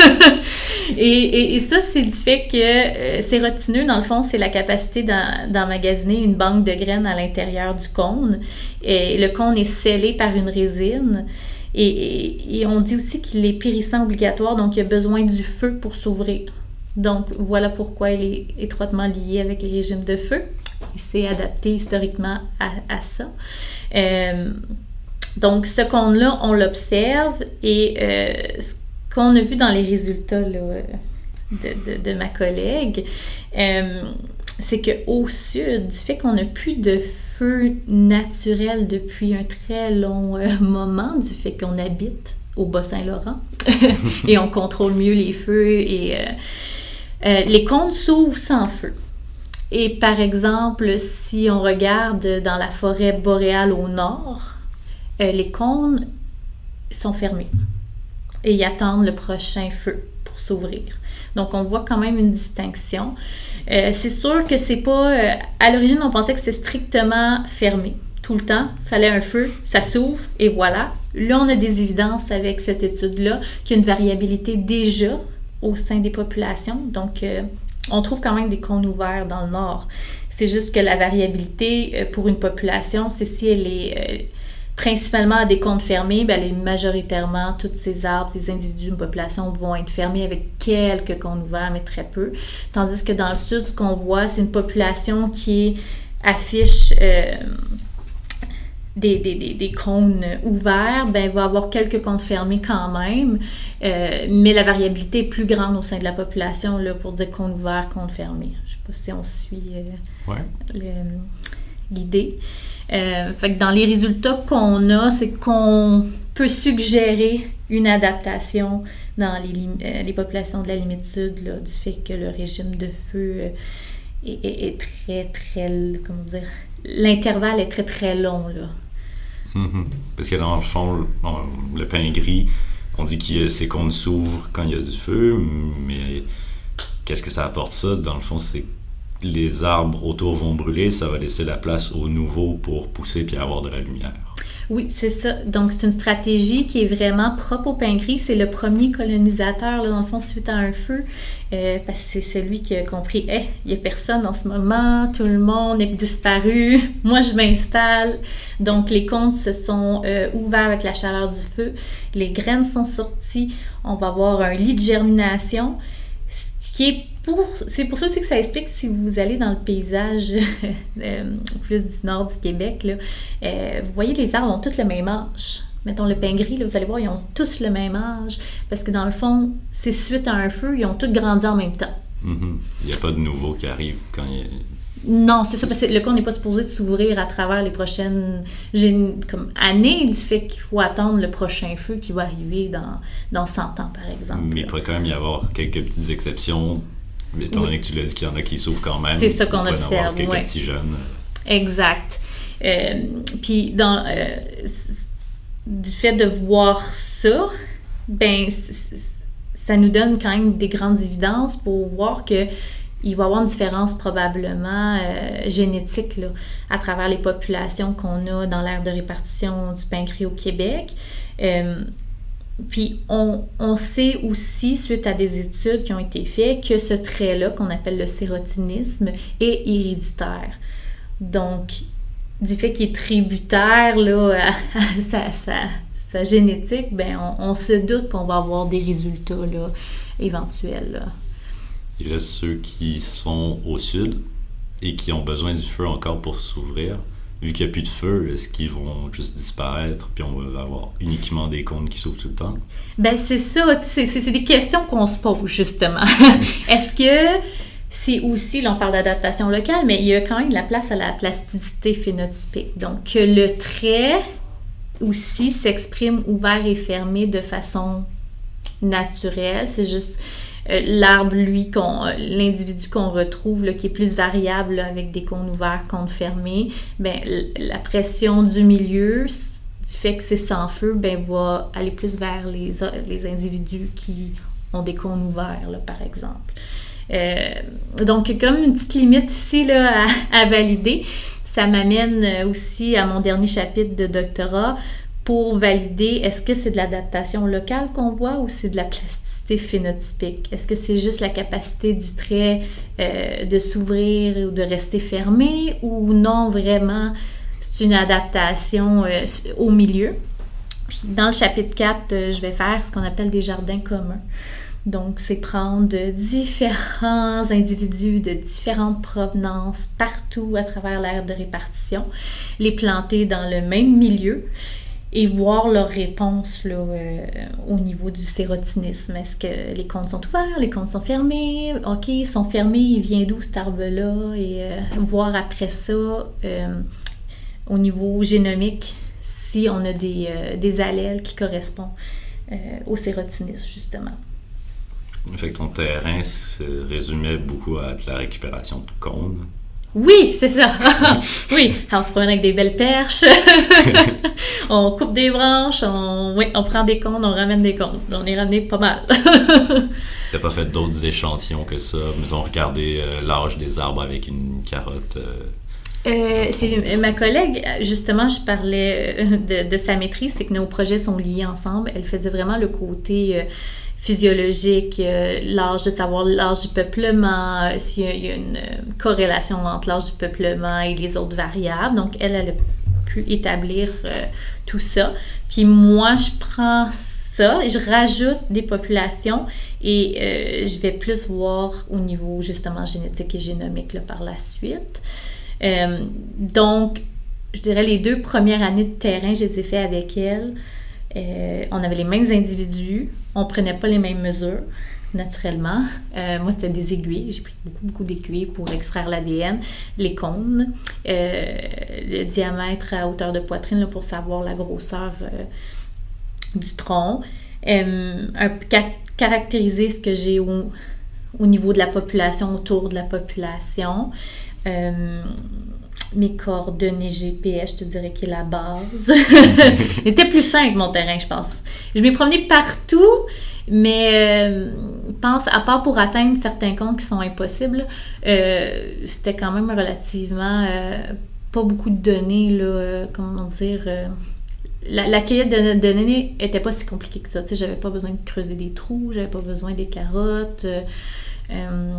et, et, et ça, c'est du fait que euh, sérotineux, dans le fond, c'est la capacité d'emmagasiner une banque de graines à l'intérieur du cône. Et le cône est scellé par une résine. Et, et, et on dit aussi qu'il est périssant obligatoire, donc il a besoin du feu pour s'ouvrir. Donc, voilà pourquoi il est étroitement lié avec les régimes de feu. Il s'est adapté historiquement à, à ça. Euh, donc, ce cône-là, on l'observe et euh, ce qu'on a vu dans les résultats là, de, de, de ma collègue, euh, c'est qu'au sud, du fait qu'on n'a plus de feu naturel depuis un très long euh, moment, du fait qu'on habite au Bas-Saint-Laurent et on contrôle mieux les feux et euh, euh, les cônes s'ouvrent sans feu. Et par exemple, si on regarde dans la forêt boréale au nord, euh, les cônes sont fermés et ils attendent le prochain feu pour s'ouvrir. Donc, on voit quand même une distinction. Euh, c'est sûr que c'est pas... Euh, à l'origine, on pensait que c'était strictement fermé. Tout le temps, il fallait un feu, ça s'ouvre, et voilà. Là, on a des évidences avec cette étude-là qu'il y a une variabilité déjà au sein des populations. Donc, euh, on trouve quand même des cônes ouverts dans le nord. C'est juste que la variabilité euh, pour une population, c'est si elle est euh, principalement à des cônes fermés, bien, elle est majoritairement, tous ces arbres, ces individus, une population vont être fermés avec quelques cônes ouverts, mais très peu. Tandis que dans le sud, ce qu'on voit, c'est une population qui affiche... Euh, Des, des, des, des cônes ouverts, ben, il va y avoir quelques cônes fermés quand même, euh, mais la variabilité est plus grande au sein de la population là, pour dire cônes ouverts, cônes fermés. Je ne sais pas si on suit euh,
ouais.
le, l'idée. Euh, fait que dans les résultats qu'on a, c'est qu'on peut suggérer une adaptation dans les, euh, les populations de la limite sud là, du fait que le régime de feu euh, est, est, est très, très, comment dire, l'intervalle est très, très long, là.
Mm-hmm. Parce que dans le fond, le pin gris, on dit que ses cônes s'ouvrent quand il y a du feu, mais qu'est-ce que ça apporte ça? Dans le fond, c'est que les arbres autour vont brûler, ça va laisser la place aux nouveaux pour pousser puis avoir de la lumière.
Oui, c'est ça. Donc, c'est une stratégie qui est vraiment propre au pin gris. C'est le premier colonisateur, là, dans le fond, suite à un feu, euh, parce que c'est celui qui a compris « Hey, il n'y a personne en ce moment, tout le monde est disparu, moi je m'installe. » Donc, les cônes se sont euh, ouverts avec la chaleur du feu, les graines sont sorties, on va avoir un lit de germination, ce qui est Pour, c'est pour ça aussi que ça explique si vous allez dans le paysage euh, plus du nord du Québec, là, euh, vous voyez les arbres ont tous le même âge. Mettons le pin gris, là, vous allez voir, ils ont tous le même âge parce que dans le fond, c'est suite à un feu, ils ont tous grandi en même temps.
Mm-hmm. Il n'y a pas de nouveau qui arrive quand il y a...
Non, c'est ça, parce que le cône n'est pas supposé de s'ouvrir à travers les prochaines gén- comme années du fait qu'il faut attendre le prochain feu qui va arriver dans, dans cent ans, par exemple.
Mais il pourrait quand même y avoir quelques petites exceptions. Étant donné oui. que tu l'as dit qu'il y en a qui s'ouvrent quand même.
C'est ça qu'on observe,
quelques
oui.
petits jeunes.
Exact. Euh, puis, dans, euh, du fait de voir ça, ben, ça nous donne quand même des grandes évidences pour voir que il va y avoir une différence probablement euh, génétique là, à travers les populations qu'on a dans l'aire de répartition du pin gris au Québec. Euh, Puis, on, on sait aussi, suite à des études qui ont été faites, que ce trait-là, qu'on appelle le sérotinisme, est héréditaire. Donc, du fait qu'il est tributaire là, à, à sa, sa, sa génétique, ben, on, on se doute qu'on va avoir des résultats là, éventuels. Là.
Et là, ceux qui sont au sud et qui ont besoin du feu encore pour s'ouvrir, vu qu'il n'y a plus de feu, est-ce qu'ils vont juste disparaître puis on va avoir uniquement des cônes qui s'ouvrent tout le temps?
Ben c'est ça, c'est, c'est, c'est des questions qu'on se pose justement. Est-ce que c'est aussi, là on parle d'adaptation locale, mais il y a quand même de la place à la plasticité phénotypique. Donc que le trait aussi s'exprime ouvert et fermé de façon naturelle, c'est juste... Euh, l'arbre, lui, qu'on, euh, l'individu qu'on retrouve, là, qui est plus variable là, avec des cônes ouverts, cônes fermés, ben, l- la pression du milieu, du fait que c'est sans feu, ben, va aller plus vers les, les individus qui ont des cônes ouverts, là, par exemple. Euh, donc, comme une petite limite ici là, à, à valider, ça m'amène aussi à mon dernier chapitre de doctorat pour valider est-ce que c'est de l'adaptation locale qu'on voit ou c'est de la plasticité phénotypique? Est-ce que c'est juste la capacité du trait euh, de s'ouvrir ou de rester fermé ou non, vraiment, c'est une adaptation euh, au milieu? Puis dans le chapitre quatre, euh, je vais faire ce qu'on appelle des jardins communs. Donc, c'est prendre différents individus de différentes provenances partout à travers l'aire de répartition, les planter dans le même milieu et voir leur réponse là, euh, au niveau du sérotinisme. Est-ce que les cônes sont ouverts, les cônes sont fermés? OK, ils sont fermés, il vient d'où cet arbre-là? Et euh, voir après ça, euh, au niveau génomique, si on a des, euh, des allèles qui correspondent euh, au sérotinisme, justement.
Fait que ton terrain se résumait beaucoup à de la récupération de cônes.
Oui, c'est ça. Oui, on se promène avec des belles perches. On coupe des branches, on, oui, on prend des cônes, on ramène des cônes. On est ramené pas mal.
T'as pas fait d'autres échantillons que ça? Mettons, regarder euh, l'âge des arbres avec une carotte. Euh...
Euh, c'est ma collègue, justement, je parlais de, de sa maîtrise, c'est que nos projets sont liés ensemble. Elle faisait vraiment le côté euh, physiologique, euh, l'âge de savoir l'âge du peuplement, euh, s'il y a, il y a une euh, corrélation entre l'âge du peuplement et les autres variables. Donc, elle, elle a pu établir euh, tout ça. Puis moi, je prends ça et je rajoute des populations et euh, je vais plus voir au niveau, justement, génétique et génomique là, par la suite. Euh, donc, je dirais les deux premières années de terrain, je les ai fait avec elle. Euh, on avait les mêmes individus, on prenait pas les mêmes mesures, naturellement. Euh, moi, c'était des aiguilles. J'ai pris beaucoup, beaucoup d'aiguilles pour extraire l'A D N, les cônes, euh, le diamètre à hauteur de poitrine là, pour savoir la grosseur euh, du tronc. Euh, un, ca- caractériser ce que j'ai au, au niveau de la population, autour de la population. Euh, mes coordonnées G P S, je te dirais qui est la base. C'était plus simple mon terrain, je pense. Je m'ai promenée partout, mais euh, pense, à part pour atteindre certains comptes qui sont impossibles, euh, c'était quand même relativement euh, pas beaucoup de données, là, euh, comment dire. Euh, la, la cueillette de, de données était pas si compliquée que ça. Tu sais, j'avais pas besoin de creuser des trous, j'avais pas besoin des carottes. Euh, euh,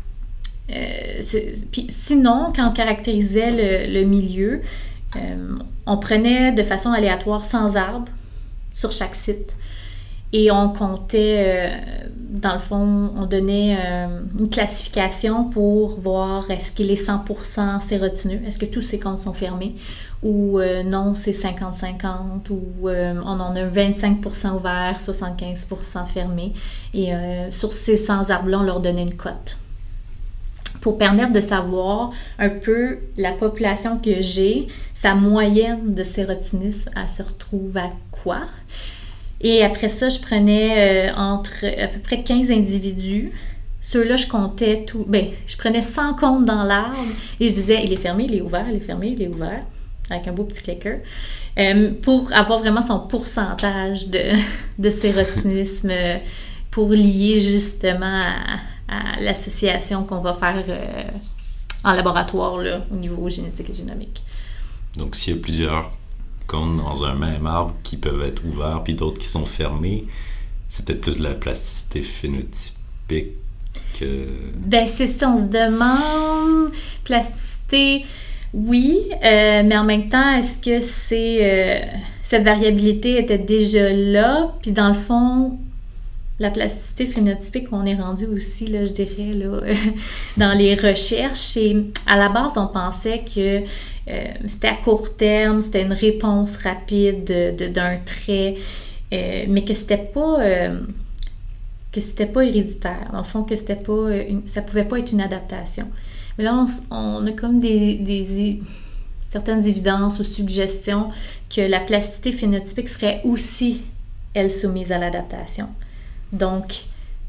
Euh, puis sinon, quand on caractérisait le, le milieu, euh, on prenait de façon aléatoire cent arbres sur chaque site et on comptait, euh, dans le fond, on donnait euh, une classification pour voir est-ce qu'il est cent pour cent sérotineux, est-ce que tous ces comptes sont fermés ou euh, non, c'est cinquante cinquante ou euh, on en a vingt-cinq pour cent ouverts, soixante-quinze pour cent fermés et euh, sur ces cent arbres-là, on leur donnait une cote. Pour permettre de savoir un peu la population que j'ai, sa moyenne de sérotinisme, elle se retrouve à quoi? Et après ça, je prenais euh, entre à peu près quinze individus. Ceux-là, je comptais tout. Bien, je prenais cent comptes dans l'arbre et je disais, il est fermé, il est ouvert, il est fermé, il est ouvert, avec un beau petit clicker, euh, pour avoir vraiment son pourcentage de, de sérotinisme pour lier justement à à l'association qu'on va faire euh, en laboratoire là, au niveau génétique et génomique.
Donc, s'il y a plusieurs cônes dans un même arbre qui peuvent être ouverts puis d'autres qui sont fermés, c'est peut-être plus de la plasticité phénotypique que...
Ben, c'est ça, on se demande... Plasticité, oui, euh, mais en même temps, est-ce que c'est... Euh, cette variabilité était déjà là, puis dans le fond... La plasticité phénotypique, on est rendu aussi, là, je dirais, là, dans les recherches. Et à la base, on pensait que euh, c'était à court terme, c'était une réponse rapide de, de, d'un trait, euh, mais que c'était pas euh, que c'était pas héréditaire. Dans le fond, que c'était pas une, ça pouvait pas être une adaptation. Mais là, on, on a comme des, des certaines évidences ou suggestions que la plasticité phénotypique serait aussi, elle, soumise à l'adaptation. Donc,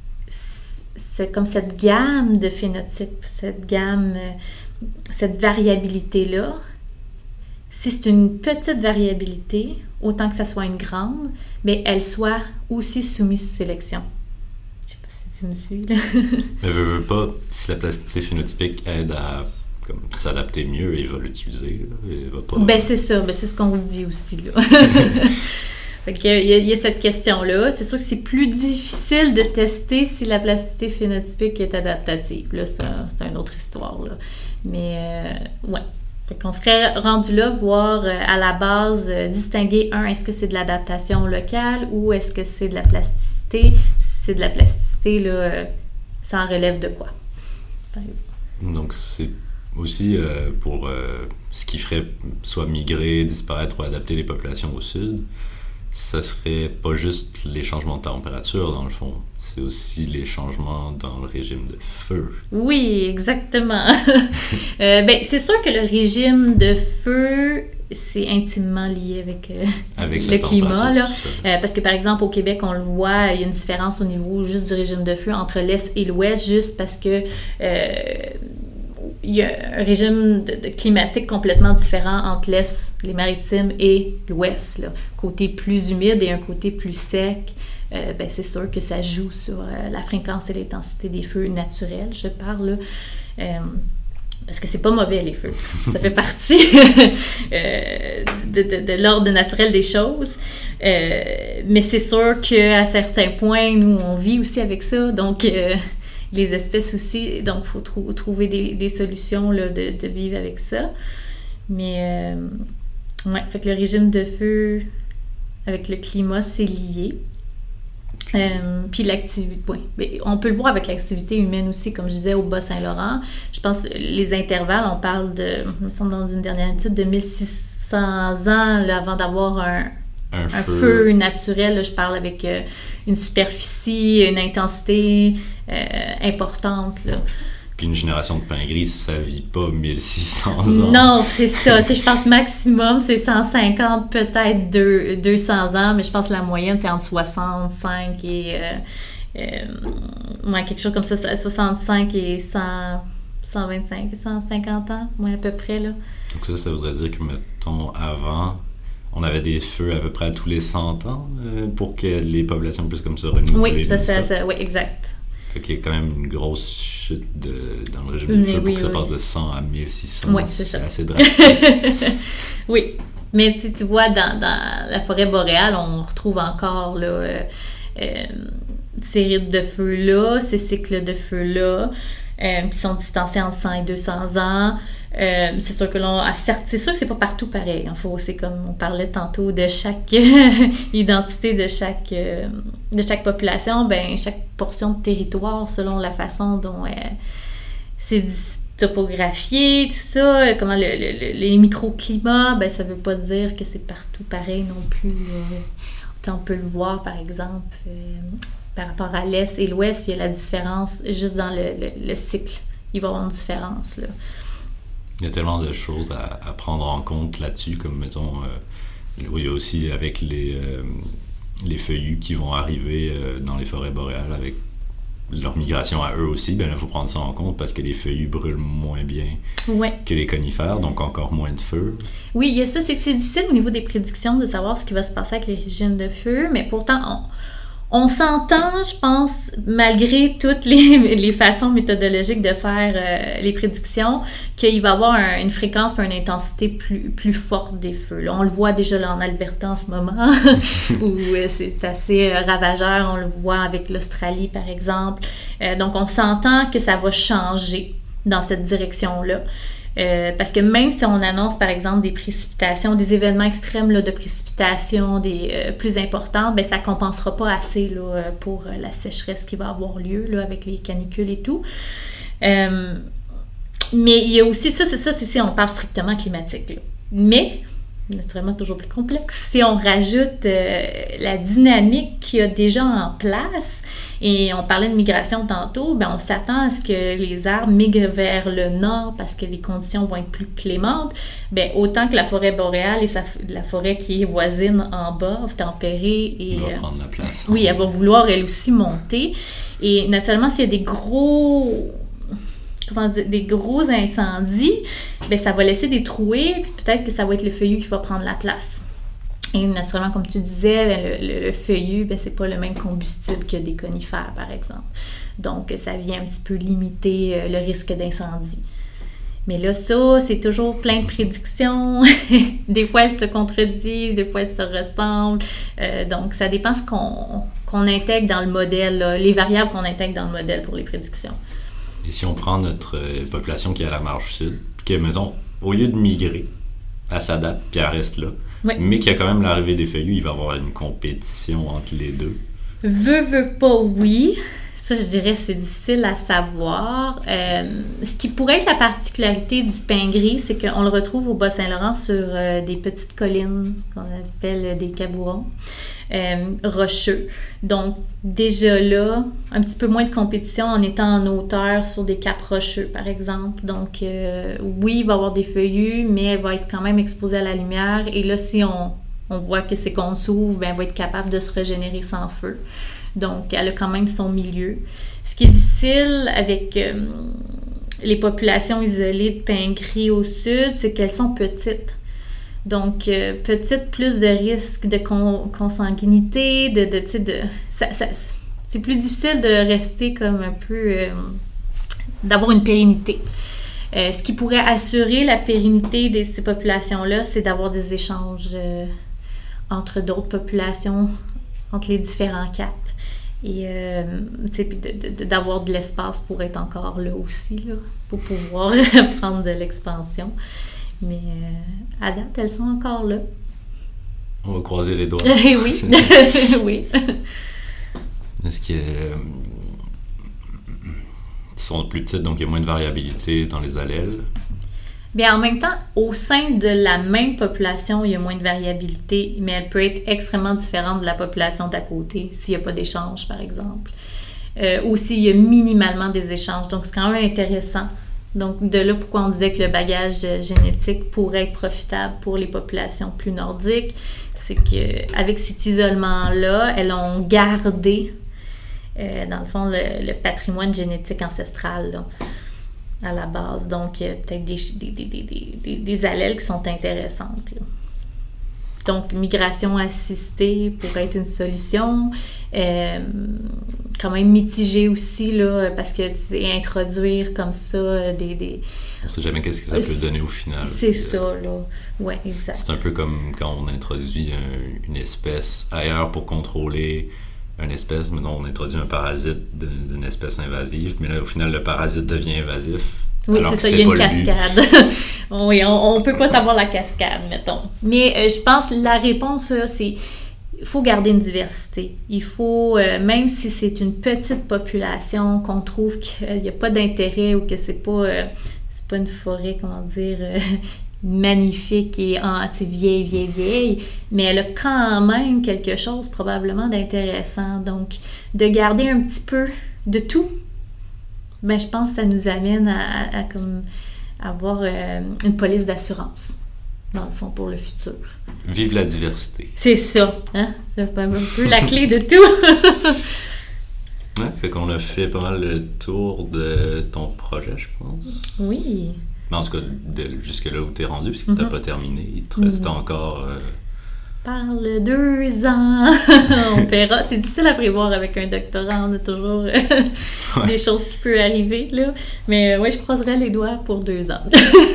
c'est comme cette gamme de phénotypes, cette gamme, cette variabilité-là, si c'est une petite variabilité, autant que ça soit une grande, mais elle soit aussi soumise sous sélection. Je sais pas si tu me suis, là.
Mais veux, veux pas, si la plasticité phénotypique aide à comme, s'adapter mieux, il va l'utiliser. Là, il va pas...
Ben c'est ça, ben c'est ce qu'on se dit aussi, là. Fait qu'il y a, il y a, il y a cette question-là. C'est sûr que c'est plus difficile de tester si la plasticité phénotypique est adaptative. Là, ça, c'est une autre histoire, là. Mais, euh, ouais. Fait qu'on serait rendu là, voir euh, à la base, euh, distinguer, un, est-ce que c'est de l'adaptation locale ou est-ce que c'est de la plasticité? Puis si c'est de la plasticité, là, euh, ça en relève de quoi?
Donc, c'est aussi euh, pour euh, ce qui ferait soit migrer, disparaître ou adapter les populations au sud. Ça serait pas juste les changements de température, dans le fond. C'est aussi les changements dans le régime de feu.
Oui, exactement. euh, ben, c'est sûr que le régime de feu, c'est intimement lié avec, euh,
avec
le climat. Là.
Euh,
parce que, par exemple, au Québec, on le voit, il y a une différence au niveau juste du régime de feu entre l'Est et l'Ouest, juste parce que... Euh, il y a un régime de, de climatique complètement différent entre l'Est, les maritimes, et l'Ouest. Là. Côté plus humide et un côté plus sec, euh, ben c'est sûr que ça joue sur euh, la fréquence et l'intensité des feux naturels, je parle. Là. Euh, parce que c'est pas mauvais, les feux. Ça fait partie euh, de, de, de l'ordre naturel des choses. Euh, mais c'est sûr qu'à certains points, nous, on vit aussi avec ça. Donc, euh, les espèces aussi. Donc, il faut trou- trouver des, des solutions là, de, de vivre avec ça. Mais, euh, ouais, fait que le régime de feu avec le climat, c'est lié. Euh, puis l'activité, oui. On peut le voir avec l'activité humaine aussi, comme je disais, au Bas-Saint-Laurent. Je pense que les intervalles, on parle de, il me semble dans une dernière étude, de mille six cents ans là, avant d'avoir un, un, un feu. feu naturel. Là, je parle avec euh, une superficie, une intensité euh, importante. Là.
Puis une génération de pins gris, ça vit pas mille six cents ans.
Non, c'est ça. Je pense maximum, c'est cent cinquante, peut-être deux cents ans, mais je pense que la moyenne, c'est entre soixante-cinq et... Euh, euh, ouais, quelque chose comme ça, soixante-cinq et cent, cent vingt-cinq, cent cinquante ans, ouais, à peu près, là.
Donc ça, ça voudrait dire que, mettons, avant, on avait des feux à peu près à tous les cent ans euh, pour que les populations puissent comme ça renouveler.
Oui, ça, ça, ça, oui, exact.
Fait qu'il y a quand même une grosse chute de, dans le régime de feu pour oui, que ça oui. passe de cent à mille six cents.
Oui, c'est,
c'est
ça.
assez drastique.
Oui, mais tu, tu vois, dans, dans la forêt boréale, on retrouve encore là, euh, euh, ces rythmes de feu-là, ces cycles de feu-là, euh, qui sont distancés entre cent et deux cents ans. Euh, c'est sûr que l'on c'est sûr que c'est pas partout pareil. Hein. Faut, c'est comme on parlait tantôt de chaque identité de chaque euh, de chaque population, ben chaque portion de territoire selon la façon dont euh, c'est topographié, tout ça, comment le, le, les microclimats, ben ça veut pas dire que c'est partout pareil non plus. Euh, on peut le voir par exemple euh, par rapport à l'Est et l'Ouest, il y a la différence juste dans le, le, le cycle. Il va y avoir une différence là.
Il y a tellement de choses à, à prendre en compte là-dessus, comme mettons, euh, il y a aussi avec les, euh, les feuillus qui vont arriver euh, dans les forêts boréales avec leur migration à eux aussi, ben là, il faut prendre ça en compte parce que les feuillus brûlent moins bien
ouais.
que les conifères, donc encore moins de feu.
Oui, il y a ça, c'est que c'est difficile au niveau des prédictions de savoir ce qui va se passer avec les régimes de feu, mais pourtant, on... On s'entend, je pense, malgré toutes les, les façons méthodologiques de faire euh, les prédictions, qu'il va y avoir un, une fréquence et une intensité plus, plus forte des feux. Là, on le voit déjà là, en Alberta en ce moment, où euh, c'est assez euh, ravageur. On le voit avec l'Australie, par exemple. Euh, donc, on s'entend que ça va changer dans cette direction-là. Euh, parce que même si on annonce, par exemple, des précipitations, des événements extrêmes là, de précipitations des, euh, plus importantes, ben, ça ne compensera pas assez là, pour euh, la sécheresse qui va avoir lieu là, avec les canicules et tout. Euh, mais il y a aussi, ça, c'est ça, c'est si on parle strictement climatique. Là. Mais, naturellement, toujours plus complexe, si on rajoute euh, la dynamique qu'il y a déjà en place, et on parlait de migration tantôt, ben on s'attend à ce que les arbres migrent vers le nord parce que les conditions vont être plus clémentes. Ben autant que la forêt boréale et sa, la forêt qui est voisine en bas, tempérée. Et,
elle va prendre la place.
Oui, elle va vouloir elle aussi monter. Et naturellement, s'il y a des gros... Comment dire, des gros incendies, ben ça va laisser des trouées, puis peut-être que ça va être le feuillu qui va prendre la place. Et naturellement, comme tu disais, ben le, le, le feuillu, ben c'est pas le même combustible que des conifères, par exemple. Donc, ça vient un petit peu limiter euh, le risque d'incendie. Mais là, ça, c'est toujours plein de prédictions. Des fois, elles se contredisent, des fois, elles se ressemblent. Euh, donc, ça dépend ce qu'on, qu'on intègre dans le modèle, là, les variables qu'on intègre dans le modèle pour les prédictions.
Et si on prend notre euh, population qui est à la marge sud, puis que, mettons, au lieu de migrer, elle s'adapte, puis elle reste là, oui. mais qu'il y a quand même l'arrivée des feuillus, il va y avoir une compétition entre les deux.
Veux, veux pas, oui. Ça, je dirais, c'est difficile à savoir. Euh, ce qui pourrait être la particularité du pin gris, c'est qu'on le retrouve au Bas-Saint-Laurent sur euh, des petites collines, ce qu'on appelle des cabourons, euh, rocheux. Donc, déjà là, un petit peu moins de compétition en étant en hauteur sur des caps rocheux, par exemple. Donc, euh, oui, il va y avoir des feuillus, mais elle va être quand même exposée à la lumière. Et là, si on, on voit que c'est qu'on s'ouvre, ben, elle va être capable de se régénérer sans feu. Donc, elle a quand même son milieu. Ce qui est difficile avec euh, les populations isolées de pin gris au sud, c'est qu'elles sont petites. Donc, euh, petites, plus de risques de con- consanguinité, de, de, tu sais, de... Ça, ça, c'est plus difficile de rester comme un peu... Euh, d'avoir une pérennité. Euh, ce qui pourrait assurer la pérennité de ces populations-là, c'est d'avoir des échanges euh, entre d'autres populations, entre les différents caps. Et euh, de, de, d'avoir de l'espace pour être encore là aussi, là, pour pouvoir prendre de l'expansion. Mais euh, à date, elles sont encore là.
On va croiser les doigts.
Oui, oui.
Est-ce que euh, ils sont plus petites, donc il y a moins de variabilité dans les allèles?
Bien, en même temps, au sein de la même population, il y a moins de variabilité, mais elle peut être extrêmement différente de la population d'à côté, s'il n'y a pas d'échange, par exemple. Euh, ou s'il y a minimalement des échanges. Donc, c'est quand même intéressant. Donc, de là, pourquoi on disait que le bagage génétique pourrait être profitable pour les populations plus nordiques, c'est qu'avec cet isolement-là, elles ont gardé, euh, dans le fond, le, le patrimoine génétique ancestral, là, à la base. Donc, il y a peut-être des, des, des, des, des, des allèles qui sont intéressantes, là. Donc, migration assistée pourrait être une solution. Euh, quand même mitigée aussi, là, parce que tu sais, introduire comme ça des... des
on ne sait jamais qu'est-ce que ça peut donner au final.
C'est puis, ça, euh, là. Oui, exact.
C'est un peu comme quand on introduit un, une espèce ailleurs pour contrôler une espèce, mais non, on introduit un parasite d'une espèce invasive, mais là, au final, le parasite devient invasif.
Oui, c'est ça, il y a une cascade. Oui, on ne peut pas savoir la cascade, mettons. Mais euh, je pense que la réponse, là, c'est il faut garder une diversité. Il faut, euh, même si c'est une petite population, qu'on trouve qu'il n'y a pas d'intérêt ou que c'est pas, euh, c'est pas une forêt, comment dire, euh, magnifique et ah, vieille, vieille, vieille, mais elle a quand même quelque chose probablement d'intéressant. Donc, de garder un petit peu de tout, ben, je pense que ça nous amène à, à, à comme avoir euh, une police d'assurance, dans le fond, pour le futur.
Vive la diversité.
C'est ça, hein? C'est un peu la clé de tout.
Ouais, fait qu'on a fait pas mal le tour de ton projet, je pense.
Oui.
Mais en tout cas, de, jusque-là où t'es rendu, puisque mm-hmm. t'as pas terminé, il te reste mm-hmm. encore... Euh...
Parle deux ans. On verra. C'est difficile à prévoir avec un doctorat. On a toujours euh, ouais. des choses qui peuvent arriver, là. Mais euh, ouais, je croiserai les doigts pour deux ans.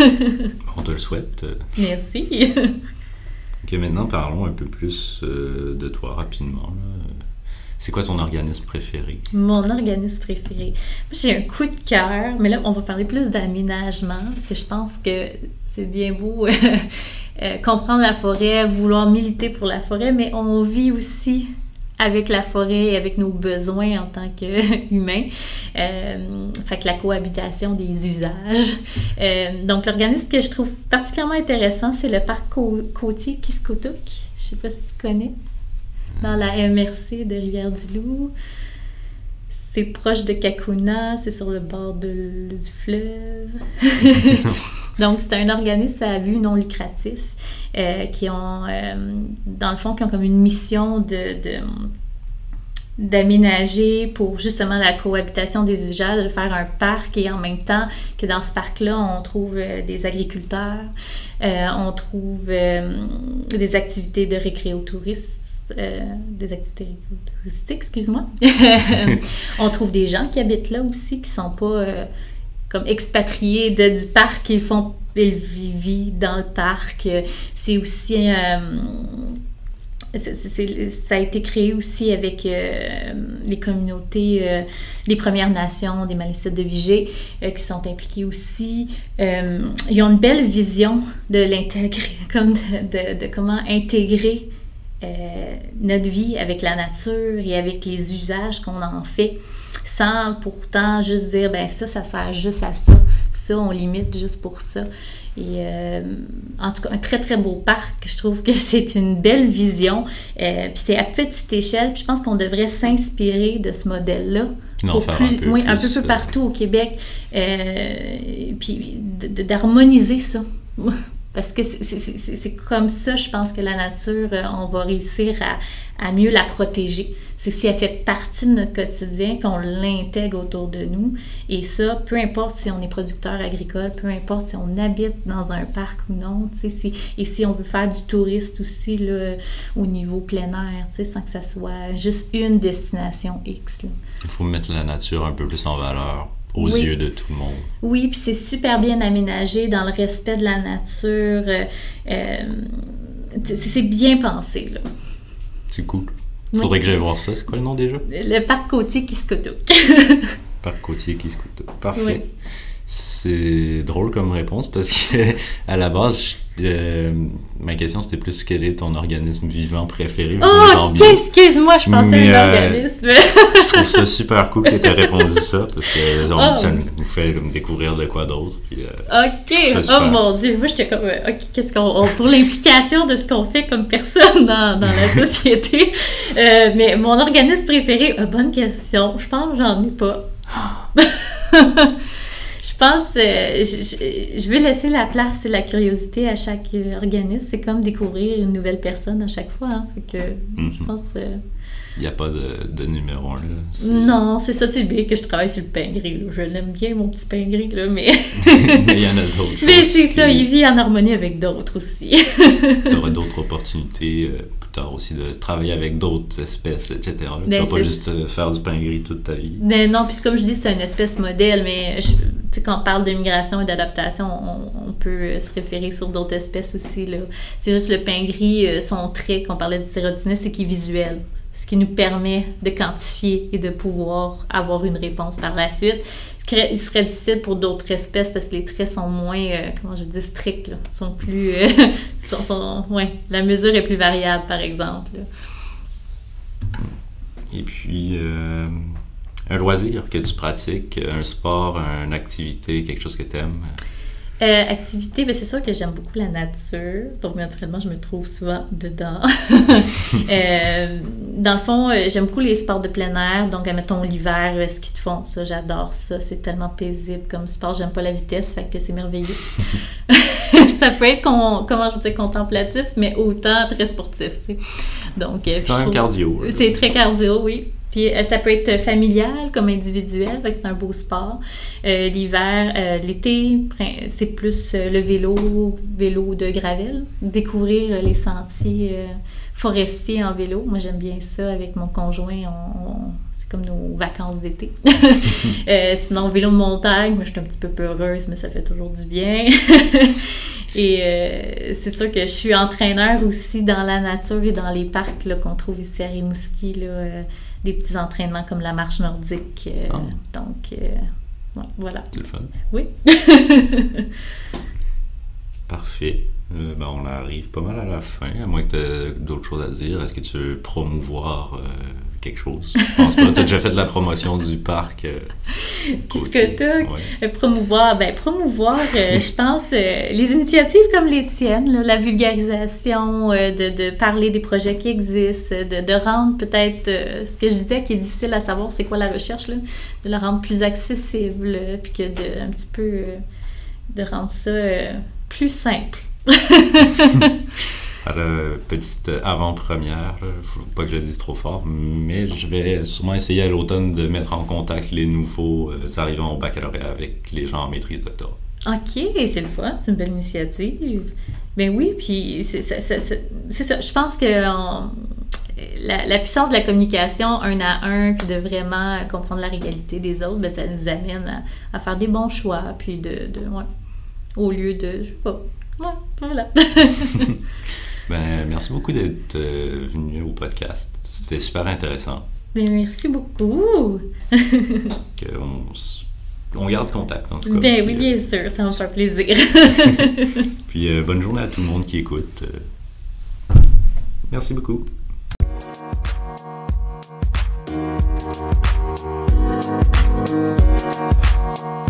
On te le souhaite.
Merci.
Ok, maintenant, parlons un peu plus euh, de toi rapidement, là. C'est quoi ton organisme préféré?
Mon organisme préféré? J'ai un coup de cœur, mais là, on va parler plus d'aménagement, parce que je pense que c'est bien beau euh, comprendre la forêt, vouloir militer pour la forêt, mais on vit aussi avec la forêt et avec nos besoins en tant qu'humains. Euh, fait que la cohabitation des usages. Euh, donc, l'organisme que je trouve particulièrement intéressant, c'est le parc côtier Kiskoutouk. Je sais pas si tu connais. Dans la M R C de Rivière-du-Loup. C'est proche de Kakuna, c'est sur le bord de, du fleuve. Donc, c'est un organisme à but non lucratif euh, qui ont, euh, dans le fond, qui ont comme une mission de, de, d'aménager pour justement la cohabitation des usages, de faire un parc et en même temps que dans ce parc-là, on trouve euh, des agriculteurs, euh, on trouve euh, des activités de récréotouristes, Euh, des activités touristiques, excuse-moi. On trouve des gens qui habitent là aussi, qui sont pas euh, comme expatriés de, du parc, ils font ils vivent dans le parc. C'est aussi euh, c'est, c'est, ça a été créé aussi avec euh, les communautés, euh, les Premières Nations, des Malécites de Vigée, euh, qui sont impliquées aussi. Euh, ils ont une belle vision de l'intégrer, comme de, de, de comment intégrer Euh, notre vie avec la nature et avec les usages qu'on en fait, sans pourtant juste dire ben ça, ça sert juste à ça, ça on limite juste pour ça. Et euh, en tout cas, un très très beau parc. Je trouve que c'est une belle vision. Euh, puis c'est à petite échelle. Puis je pense qu'on devrait s'inspirer de ce modèle-là.
Non, faire plus, un peu
oui,
plus,
un peu, peu partout au Québec. Euh, puis de, de, d'harmoniser ça. Parce que c'est, c'est, c'est, c'est comme ça, je pense que la nature, on va réussir à, à mieux la protéger. C'est si elle fait partie de notre quotidien, puis on l'intègre autour de nous. Et ça, peu importe si on est producteur agricole, peu importe si on habite dans un parc ou non, tu sais, si, et si on veut faire du tourisme aussi, là, au niveau plein air, tu sais, sans que ça soit juste une destination X, là.
Il faut mettre la nature un peu plus en valeur aux
oui.
yeux de tout le monde.
Oui, puis c'est super bien aménagé dans le respect de la nature. Euh, c'est bien pensé, là.
C'est cool. Il faudrait oui. que j'aille voir ça. C'est quoi le nom déjà?
Le parc côtier Kiskoto.
Parc côtier Kiskoto. Parfait. Oui. C'est drôle comme réponse parce que à la base, je, euh, ma question c'était plus quel est ton organisme vivant préféré.
Oh, excuse-moi, je pensais Mais, à un euh, organisme.
Je trouve ça super cool que tu aies répondu ça parce que on, oh. ça nous fait découvrir de quoi d'autre. Puis, euh,
ok, oh mon Dieu, moi j'étais comme, euh, ok, qu'est-ce qu'on, on, pour l'implication de ce qu'on fait comme personne dans, dans la société. euh, mais mon organisme préféré, euh, bonne question, je pense que j'en ai pas. Je pense, euh, je, je, je veux laisser la place et la curiosité à chaque euh, organisme. C'est comme découvrir une nouvelle personne à chaque fois. Hein. Fait que mm-hmm. je pense... Euh...
Il n'y a pas de, de numéro un, là. C'est...
Non, c'est ça, tu sais bien que je travaille sur le pain gris, là. Je l'aime bien, mon petit pain gris, là, mais...
mais il y en a d'autres.
Mais c'est ça, il vit en harmonie avec d'autres aussi.
Tu auras d'autres opportunités euh, plus tard aussi de travailler avec d'autres espèces, et cetera. Tu ne vas pas juste euh, faire du pain gris toute ta vie.
Mais non, puis comme je dis, c'est une espèce modèle, mais je, quand on parle de migration et d'adaptation, on, on peut se référer sur d'autres espèces aussi, là. C'est juste le pain gris, euh, son trait, qu'on parlait du sérotinus, c'est qu'il est visuel. Ce qui nous permet de quantifier et de pouvoir avoir une réponse par la suite. Il serait difficile pour d'autres espèces parce que les traits sont moins, euh, comment je dis, stricts, là. Sont plus, euh, sont, sont, ouais, la mesure est plus variable, par exemple.
Et puis, euh, un loisir que tu pratiques, un sport, une activité, quelque chose que tu aimes?
Euh, activité, ben c'est sûr que j'aime beaucoup la nature, donc naturellement je me trouve souvent dedans. euh, dans le fond, euh, j'aime beaucoup les sports de plein air, donc mettons l'hiver, euh, ski de fond, ça j'adore ça, c'est tellement paisible comme sport, j'aime pas la vitesse, fait que c'est merveilleux. Ça peut être, con, comment je veux dire, contemplatif, mais autant très sportif, tu sais. Donc,
c'est quand même trouve, cardio. Là.
C'est très cardio, oui. Puis euh, ça peut être familial comme individuel, fait que c'est un beau sport. Euh, l'hiver, euh, l'été, c'est plus euh, le vélo, vélo de gravel, découvrir les sentiers euh, forestiers en vélo. Moi, j'aime bien ça avec mon conjoint. On, on, c'est comme nos vacances d'été. euh, sinon, vélo de montagne, moi, je suis un petit peu peureuse, mais ça fait toujours du bien. Et euh, c'est sûr que je suis entraîneur aussi dans la nature et dans les parcs là, qu'on trouve ici à Rimouski, là, euh, des petits entraînements comme la marche nordique. Euh, oh. Donc, euh, ouais, voilà.
C'est le fun.
Oui.
Parfait. Euh, ben, on arrive pas mal à la fin, à moins que tu aies d'autres choses à dire. Est-ce que tu veux promouvoir euh, quelque chose? Je pense pas. Tu as déjà fait de la promotion du parc. Euh,
Qu'est-ce que tu as? Promouvoir, ben promouvoir, euh, je pense, euh, les initiatives comme les tiennes, là, la vulgarisation, euh, de, de parler des projets qui existent, de, de rendre peut-être, euh, ce que je disais qui est difficile à savoir, c'est quoi la recherche, là, de la rendre plus accessible, euh, puis que de, un petit peu, euh, de rendre ça euh, plus simple.
À la petite avant-première, il ne faut pas que je le dise trop fort, mais je vais sûrement essayer à l'automne de mettre en contact les nouveaux euh, arrivants au baccalauréat avec les gens en maîtrise doctorat.
OK, c'est le fun, c'est une belle initiative. Ben oui, puis c'est, c'est, c'est, c'est ça, je pense que on, la, la puissance de la communication un à un, puis de vraiment comprendre la réalité des autres, ben ça nous amène à, à faire des bons choix, puis de, de ouais, au lieu de, je sais pas, ouais, voilà.
Ben, merci beaucoup d'être euh, venu au podcast. C'était super intéressant.
Ben, merci beaucoup.
on, on garde contact, en tout cas.
Ben oui, bien euh, sûr, ça va me faire plaisir.
Puis, euh, bonne journée à tout le monde qui écoute. Merci beaucoup. Thank you.